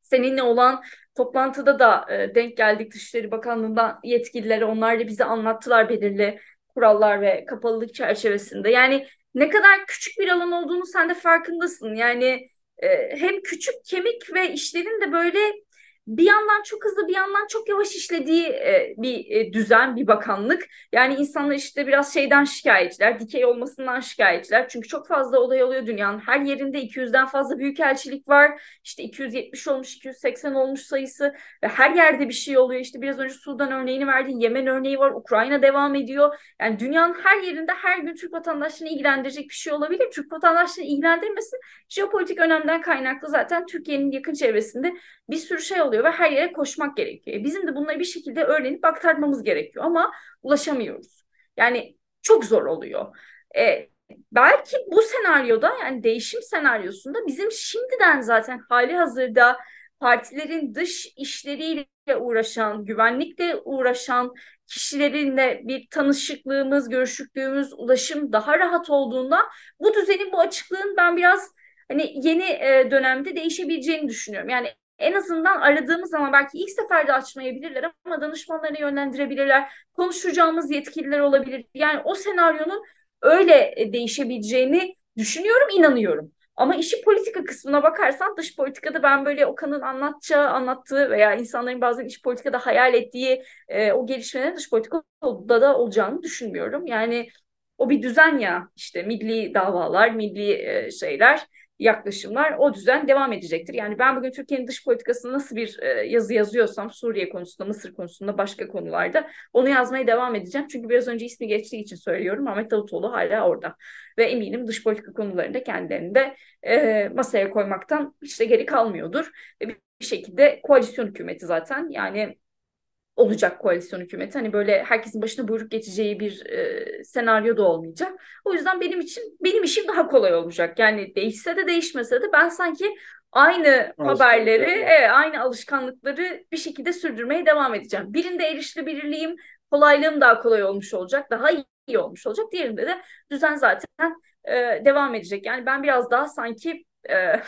Seninle olan toplantıda da e, denk geldik, Dışişleri Bakanlığı'ndan yetkilileri. Onlar da bize anlattılar belirli kurallar ve kapalılık çerçevesinde. Yani ne kadar küçük bir alan olduğunu sen de farkındasın. Yani e, hem küçük kemik ve işlerin de böyle bir yandan çok hızlı bir yandan çok yavaş işlediği e, bir e, düzen, bir bakanlık. Yani insanlar işte biraz şeyden şikayetçiler, dikey olmasından şikayetçiler. Çünkü çok fazla olay oluyor dünyanın her yerinde. iki yüzden fazla büyükelçilik var. İşte iki yüz yetmiş olmuş, iki yüz seksen olmuş sayısı ve her yerde bir şey oluyor. İşte biraz önce Sudan örneğini verdin, Yemen örneği var, Ukrayna devam ediyor. Yani dünyanın her yerinde her gün Türk vatandaşlarını ilgilendirecek bir şey olabilir. Türk vatandaşlarını ilgilendirmesin. Jeopolitik önemden kaynaklı zaten Türkiye'nin yakın çevresinde bir sürü şey oluyor ve her yere koşmak gerekiyor. Bizim de bunları bir şekilde öğrenip aktarmamız gerekiyor ama ulaşamıyoruz. Yani çok zor oluyor. E, Belki bu senaryoda, yani değişim senaryosunda, bizim şimdiden zaten hali hazırda partilerin dış işleriyle uğraşan, güvenlikle uğraşan kişilerinle bir tanışıklığımız, görüşüklüğümüz, ulaşım daha rahat olduğunda bu düzenin, bu açıklığın ben biraz hani yeni e, dönemde değişebileceğini düşünüyorum. Yani en azından aradığımız zaman belki ilk seferde açmayabilirler ama danışmanlarına yönlendirebilirler. Konuşacağımız yetkililer olabilir. Yani o senaryonun öyle e, değişebileceğini düşünüyorum, inanıyorum. Ama işi politika kısmına bakarsan, dış politikada ben böyle Okan'ın anlatacağı, anlattığı veya insanların bazen iç politikada hayal ettiği e, o gelişmelerin dış politikada da olacağını düşünmüyorum. Yani o bir düzen ya, işte milli davalar, milli e, şeyler, yaklaşımlar, o düzen devam edecektir. Yani ben bugün Türkiye'nin dış politikasında nasıl bir e, yazı yazıyorsam Suriye konusunda, Mısır konusunda, başka konularda onu yazmaya devam edeceğim. Çünkü biraz önce ismi geçtiği için söylüyorum. Ahmet Davutoğlu hala orada. Ve eminim dış politika konularında kendilerini de e, masaya koymaktan hiç de geri kalmıyordur. Ve bir şekilde koalisyon hükümeti zaten, yani olacak koalisyon hükümeti. Hani böyle herkesin başına buyruk geçeceği bir e, senaryo da olmayacak. O yüzden benim için benim işim daha kolay olacak. Yani değişse de değişmese de ben sanki aynı haberleri, Alışkanlıkları. evet, aynı alışkanlıkları bir şekilde sürdürmeye devam edeceğim. Birinde erişilebilirliğim, kolaylığım daha kolay olmuş olacak, daha iyi olmuş olacak. Diğerinde de düzen zaten e, devam edecek. Yani ben biraz daha sanki e,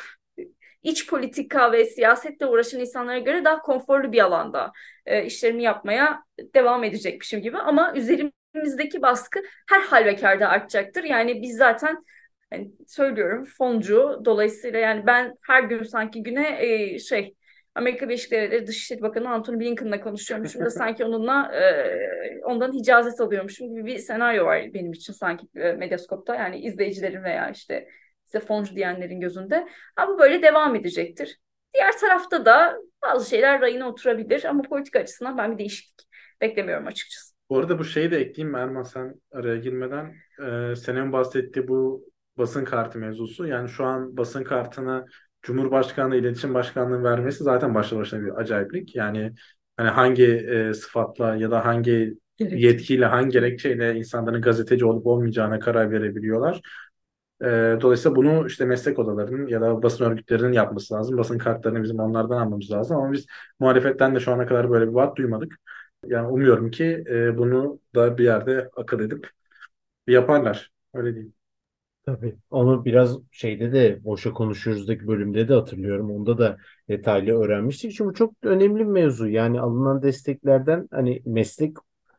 iç politika ve siyasetle uğraşan insanlara göre daha konforlu bir alanda e, işlerimi yapmaya devam edecekmişim gibi. Ama üzerimizdeki baskı her halükarda artacaktır. Yani biz zaten, yani söylüyorum, foncu, dolayısıyla yani ben her gün sanki güne e, şey Amerika Birleşik Devletleri Dışişleri Bakanı Antony Blinken'la konuşuyormuşum da sanki onunla e, ondan icazet alıyormuşum gibi bir senaryo var benim için sanki e, Medyascope'ta, yani izleyicilerin veya işte size foncu diyenlerin gözünde. Ama bu böyle devam edecektir. Diğer tarafta da bazı şeyler rayına oturabilir ama politika açısından ben bir değişiklik beklemiyorum açıkçası. Bu arada bu şeyi de ekleyeyim mi Erman, sen araya girmeden. Ee, senin bahsettiği bu basın kartı mevzusu. Yani şu an basın kartını Cumhurbaşkanlığı İletişim Başkanlığı'nın vermesi zaten başlı başına bir acayiplik. Yani hani hangi e, sıfatla ya da hangi Gerekçe. yetkiyle, hangi gerekçeyle insanların gazeteci olup olmayacağına karar verebiliyorlar. Ee, dolayısıyla bunu işte meslek odalarının ya da basın örgütlerinin yapması lazım. Basın kartlarını bizim onlardan almamız lazım. Ama biz muhalefetten de şu ana kadar böyle bir vaat duymadık. Yani umuyorum ki e, bunu da bir yerde akıl edip yaparlar. Öyle diyeyim. Tabii. Onu biraz şeyde de boşa konuşuyoruzdaki bölümde de hatırlıyorum. Onda da detaylı öğrenmiştik. Çünkü çok önemli bir mevzu. Yani alınan desteklerden hani meslek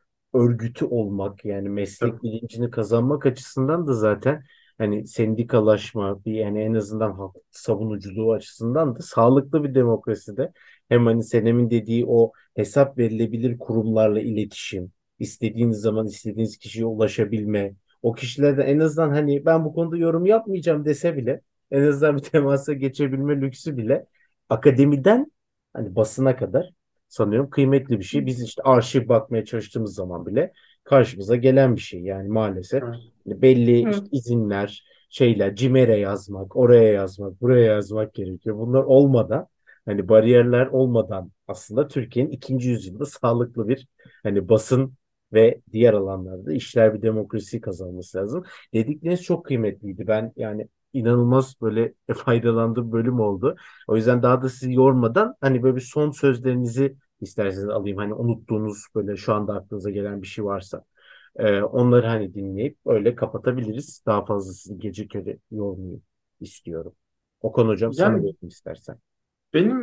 örgütü olmak, yani Tabii. meslek bilincini kazanmak açısından da zaten hani sendikalaşma, bir yani en azından halk savunuculuğu açısından da sağlıklı bir demokraside hem hani Senem'in dediği o hesap verilebilir kurumlarla iletişim, istediğiniz zaman istediğiniz kişiye ulaşabilme, o kişilerden en azından hani ben bu konuda yorum yapmayacağım dese bile en azından bir temasa geçebilme lüksü bile akademiden hani basına kadar sanıyorum kıymetli bir şey. Biz işte arşiv bakmaya çalıştığımız zaman bile karşımıza gelen bir şey. Yani maalesef Evet. belli işte Hı. izinler, şeyler, CİMER'e yazmak, oraya yazmak, buraya yazmak gerekiyor. Bunlar olmadan hani bariyerler olmadan aslında Türkiye'nin ikinci yüzyılda sağlıklı bir hani basın ve diğer alanlarda işler bir demokrasi kazanması lazım. Dedikleriniz çok kıymetliydi. Ben yani inanılmaz böyle faydalandığım bölüm oldu. O yüzden daha da sizi yormadan hani böyle bir son sözlerinizi isterseniz alayım. Hani unuttuğunuz böyle şu anda aklınıza gelen bir şey varsa. Ee, onları hani dinleyip öyle kapatabiliriz. Daha fazla sizi gece körü yormayayım istiyorum. Okan hocam sana Yani verin istersen. benim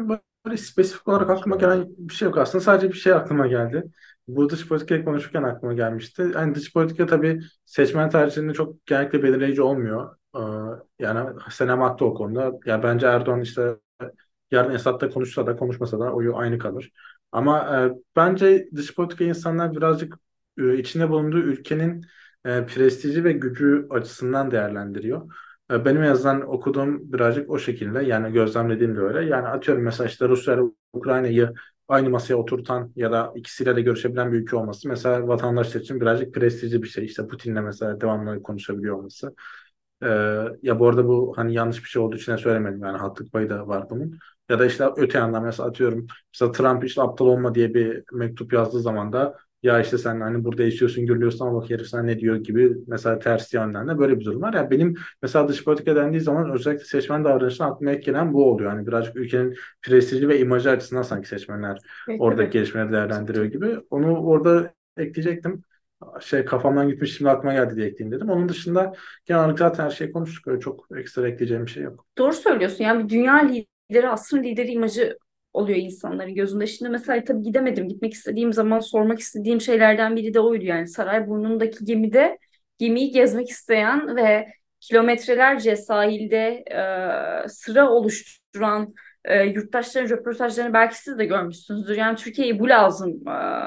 böyle spesifik olarak aklıma gelen bir şey yok aslında. Sadece bir şey aklıma geldi. Bu dış politikayı konuşurken aklıma gelmişti. Yani dış politika tabii seçmen tercihinde çok genellikle belirleyici olmuyor. Ee, yani Senem haklı o konuda. Yani bence Erdoğan işte yarın Esad'la konuşsa da konuşmasa da oyu aynı kalır. Ama e, bence dış politika insanlar birazcık e, içinde bulunduğu ülkenin e, prestiji ve gücü açısından değerlendiriyor. E, Benim en azından okuduğum birazcık o şekilde. Yani gözlemlediğim de öyle. Yani atıyorum mesela işte Rusya ile Ukrayna'yı aynı masaya oturtan ya da ikisiyle de görüşebilen bir ülke olması mesela vatandaşlar için birazcık prestijli bir şey. İşte Putin'le mesela devamlı konuşabiliyor olması. Ee, Ya bu arada bu hani yanlış bir şey olduğu için de söylemedim. Yani haklılık payı da var bunun. Ya da işte öte yandan mesela atıyorum mesela Trump işte aptal olma diye bir mektup yazdığı zaman da ya işte sen hani burada esiyorsun gürlüyorsun ama bak herif sana ne diyor gibi mesela ters yönden de böyle bir durum var. Yani benim mesela dış politika dendiği zaman özellikle seçmen davranışına aklıma ilk gelen bu oluyor. Yani birazcık ülkenin prestiji ve imajı açısından sanki seçmenler Evet, oradaki tabii. gelişmeleri değerlendiriyor gibi. Onu orada ekleyecektim. Şey kafamdan gitmiş şimdi aklıma geldi diye ekleyeyim dedim. Onun dışında genel olarak zaten her şeyi konuştuk. Öyle çok ekstra ekleyeceğim bir şey yok. Doğru söylüyorsun. Yani bir dünya lideri, asrın lideri imajı oluyor insanların gözünde. Şimdi mesela tabii gidemedim. Gitmek istediğim zaman sormak istediğim şeylerden biri de oydu. Yani Sarayburnu'ndaki gemide gemiyi gezmek isteyen ve kilometrelerce sahilde e, sıra oluşturan e, yurttaşların röportajlarını belki siz de görmüşsünüzdür. Yani Türkiye'ye bu lazım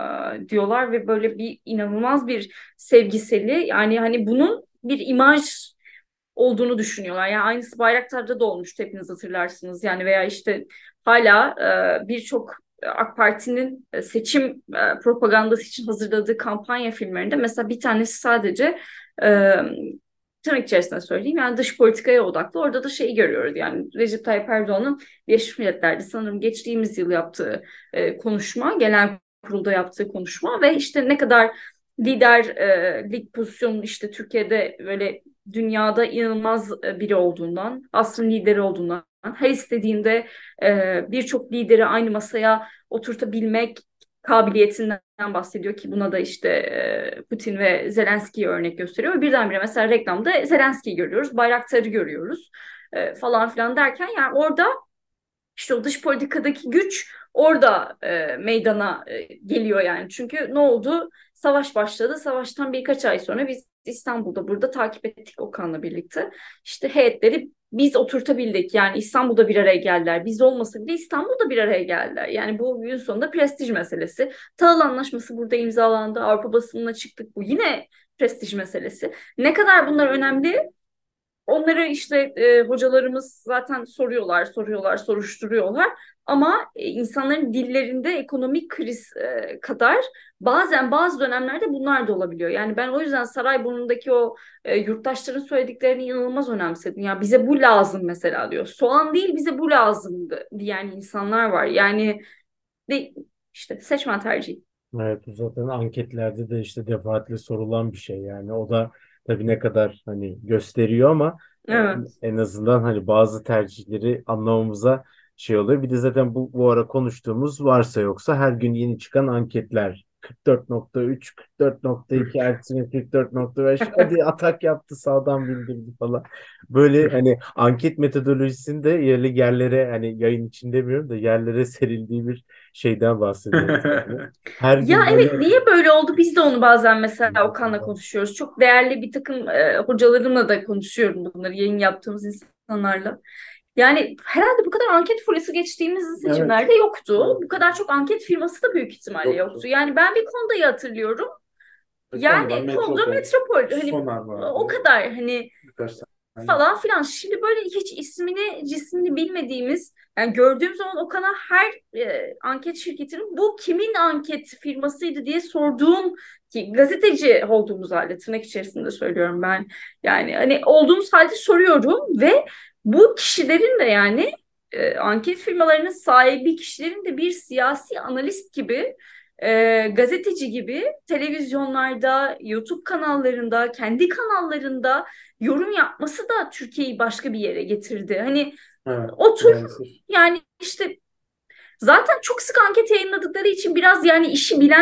e, diyorlar ve böyle bir inanılmaz bir sevgiseli, yani hani bunun bir imaj olduğunu düşünüyorlar. Yani aynısı Bayraktar'da da olmuştu, hepiniz hatırlarsınız. Yani veya işte hala e, birçok AK Parti'nin e, seçim e, propagandası için hazırladığı kampanya filmlerinde mesela bir tanesi sadece e, tırnak içerisinde söyleyeyim, yani dış politikaya odaklı. Orada da şeyi görüyoruz, yani Recep Tayyip Erdoğan'ın Birleşmiş Milletler'de sanırım geçtiğimiz yıl yaptığı e, konuşma, genel kurulda yaptığı konuşma ve işte ne kadar liderlik pozisyonunu işte Türkiye'de böyle dünyada inanılmaz e, biri olduğundan, asrın lideri olduğundan, her istediğinde e, birçok lideri aynı masaya oturtabilmek kabiliyetinden bahsediyor ki buna da işte e, Putin ve Zelenski'yi örnek gösteriyor. Ve birdenbire mesela reklamda Zelenski'yi görüyoruz, Bayraktar'ı görüyoruz e, falan filan derken, yani orada işte o dış politikadaki güç orada e, meydana e, geliyor yani. Çünkü ne oldu? Savaş başladı. Savaştan birkaç ay sonra biz İstanbul'da burada takip ettik Okan'la birlikte. İşte heyetleri biz oturtabildik. Yani İstanbul'da bir araya geldiler. Biz olmasa bile İstanbul'da bir araya geldiler. Yani bu gün sonunda prestij meselesi. Tahıl Anlaşması burada imzalandı. Avrupa basınına çıktık. Bu yine prestij meselesi. Ne kadar bunlar önemli? Onları işte e, hocalarımız zaten soruyorlar, soruyorlar, soruşturuyorlar. Ama e, insanların dillerinde ekonomik kriz e, kadar bazen bazı dönemlerde bunlar da olabiliyor. Yani ben o yüzden Sarayburnu'ndaki o e, yurttaşların söylediklerini inanılmaz önemsedim. Ya bize bu lazım mesela diyor. Soğan değil, bize bu lazımdı diyen insanlar var. Yani de, işte seçmen tercihi. Evet, bu zaten anketlerde de işte defaatle sorulan bir şey yani o da tabii ne kadar hani gösteriyor ama e, Evet. en azından hani bazı tercihleri anlamamıza şey oluyor. Bir de zaten bu, bu ara konuştuğumuz varsa yoksa her gün yeni çıkan anketler kırk dört nokta üç, kırk dört nokta iki, Ersin'in kırk dört nokta beş hadi atak yaptı sağdan bildirdi falan. Böyle hani anket metodolojisinde yerli yerlere hani yayın için demiyorum da yerlere serildiği bir şeyden bahsediyoruz yani. Her Ya gün evet, böyle niye böyle oldu? Biz de onu bazen mesela Okan'la konuşuyoruz. Çok değerli bir takım e, hocalarımla da konuşuyorum bunları, yayın yaptığımız insanlarla. Yani herhalde bu kadar anket furyası geçtiğimiz Evet. seçimlerde yoktu. Evet. Bu kadar çok anket firması da büyük ihtimalle yoktu. Yoktu. Yani ben bir Konda'yı hatırlıyorum. Konda, Yani Konda Metropol, Metropol, hani Sonar o vardı. kadar hani Birkaç tane. falan filan. Şimdi böyle hiç ismini cismini bilmediğimiz, yani gördüğüm zaman Okan'a her e, anket şirketinin bu kimin anket firmasıydı diye sorduğum, ki gazeteci olduğumuz halde, tırnak içerisinde söylüyorum ben. Yani hani olduğumuz halde soruyorum ve bu kişilerin de yani e, anket firmalarının sahibi kişilerin de bir siyasi analist gibi, e, gazeteci gibi televizyonlarda, YouTube kanallarında, kendi kanallarında yorum yapması da Türkiye'yi başka bir yere getirdi. Hani Evet, otur, maalesef. yani işte zaten çok sık anket yayınladıkları için biraz yani işi bilen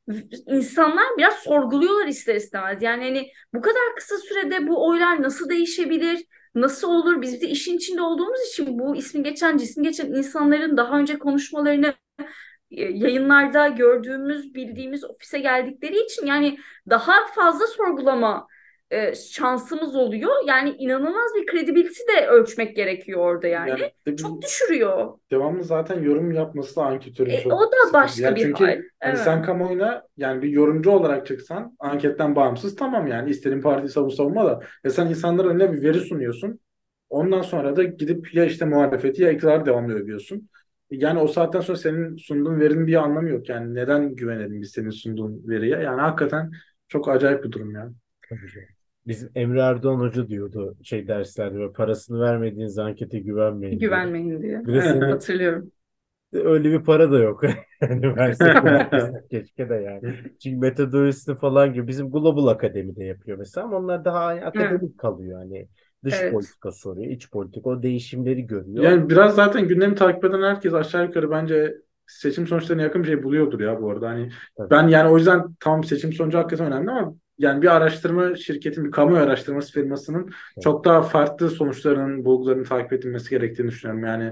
insanlar biraz sorguluyorlar ister istemez. Yani hani bu kadar kısa sürede bu oylar nasıl değişebilir? Nasıl olur? Biz de işin içinde olduğumuz için bu ismi geçen, cismi geçen insanların daha önce konuşmalarını e, yayınlarda gördüğümüz, bildiğimiz ofise geldikleri için yani daha fazla sorgulama e, şansımız oluyor. Yani inanılmaz bir credibility de ölçmek gerekiyor orada yani. Yani de Çok bir düşürüyor. devamlı zaten yorum yapması da anketörün E, çok o da sıkıntı. başka Yani bir hal. çünkü hani Evet. sen kamuoyuna yani bir yorumcu olarak çıksan anketten bağımsız tamam yani istediğin partiyi savun savunma da ya sen insanların önüne bir veri sunuyorsun. Ondan sonra da gidip ya işte muhalefeti ya iktidarı devamlı övüyorsun. Yani o saatten sonra senin sunduğun verinin bir anlamı yok. Yani neden güvenelim biz senin sunduğun veriye? Yani hakikaten çok acayip bir durum ya. Tabii canım. Bizim Emre Erdoğan Hoca diyordu şey derslerde böyle parasını vermediğiniz ankete güvenmeyin diye. Güvenmeyin diye. Bir de senin Hatırlıyorum. öyle bir para da yok. Yani versek vermesek keşke de yani. Çünkü metodolojisini falan gibi bizim Global Akademi'de yapıyor mesela ama onlar daha Evet. akademik kalıyor. Yani dış Evet. politika soruyor, iç politika o değişimleri görüyor. Yani biraz zaten gündemi takip eden herkes aşağı yukarı bence seçim sonuçlarına yakın bir şey buluyordur ya bu arada. Hani Tabii. ben yani o yüzden tam seçim sonucu hakikaten önemli ama yani bir araştırma şirketin, bir kamu araştırması firmasının Tabii. çok daha farklı sonuçlarının, bulgularının takip edilmesi gerektiğini düşünüyorum. Yani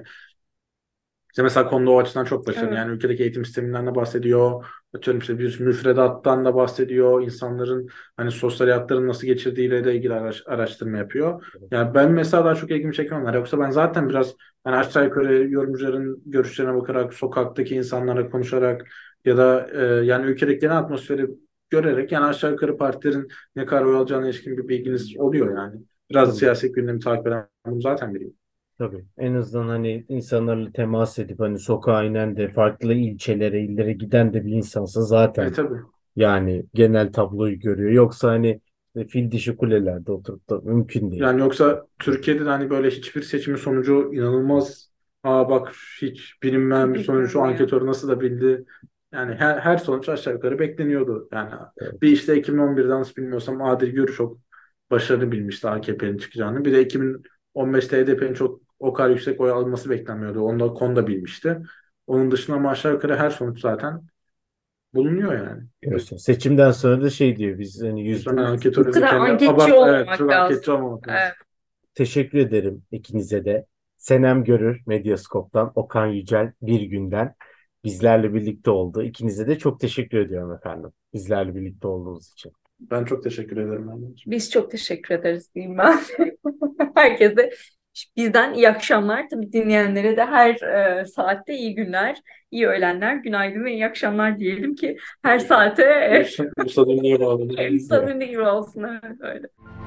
işte mesela konuda o açıdan çok başarılı. Evet. Yani ülkedeki eğitim sisteminden de bahsediyor. Atıyorum işte bir müfredattan da bahsediyor. İnsanların hani sosyal hayatlarını nasıl geçirdiğiyle de ilgili araş- araştırma yapıyor. Yani ben mesela daha çok ilgimi çeken onlar. Yoksa ben zaten biraz hani aşağı yukarı yorumcuların görüşlerine bakarak, sokaktaki insanlarla konuşarak ya da e, yani ülkedeki genel atmosferi görerek yani aşağı yukarı partilerin ne kadar oy alacağına ilişkin bir bilginiz oluyor yani. Biraz da Tabii. siyaset gündemi takip eden bunu zaten biliyorum. Tabii. En azından hani insanlarla temas edip hani sokağa inen de farklı ilçelere, illere giden de bir insansa E zaten tabii. yani genel tabloyu görüyor. Yoksa hani işte fil dişi kulelerde oturup da mümkün değil. Yani yoksa Türkiye'de de hani böyle hiçbir seçimin sonucu inanılmaz. Aa bak hiç bilinmeyen bir sonuç şu Bilinmiyor. anketör nasıl da bildi. Yani her, her sonuç aşağı yukarı bekleniyordu. Yani Evet. bir işte iki bin on birde yanlış bilmiyorsam Adil Görü çok başarılı bilmişti A K P'nin çıkacağını. Bir de iki bin on beşte H D P'nin çok o kadar yüksek oy alması beklenmiyordu. Onu da konuda bilmişti. Onun dışında ama aşağı yukarı her sonuç zaten bulunuyor yani. Görüyorsun. Seçimden sonra da şey diyor biz hani yüzde Lütfen yüz Bu anketörün kadar kendine anketçi abart, evet olmamak çok lazım. anketçi olmamak lazım. Evet. teşekkür ederim ikinize de. Senem Görür Medyaskop'tan, Okan Yücel Bir Günden bizlerle birlikte oldu. İkinize de çok teşekkür ediyorum efendim. Bizlerle birlikte olduğunuz için. Ben çok teşekkür ederim. Yani. Biz çok teşekkür ederiz diyeyim ben. Herkese bizden iyi akşamlar. Tabii dinleyenlere de her e, saatte iyi günler, iyi öğlenler, günaydın ve iyi akşamlar diyelim ki her saate e, Musa, Musa Dünlü'ye bağlı. insan ünlü gibi olsun. Evet, öyle.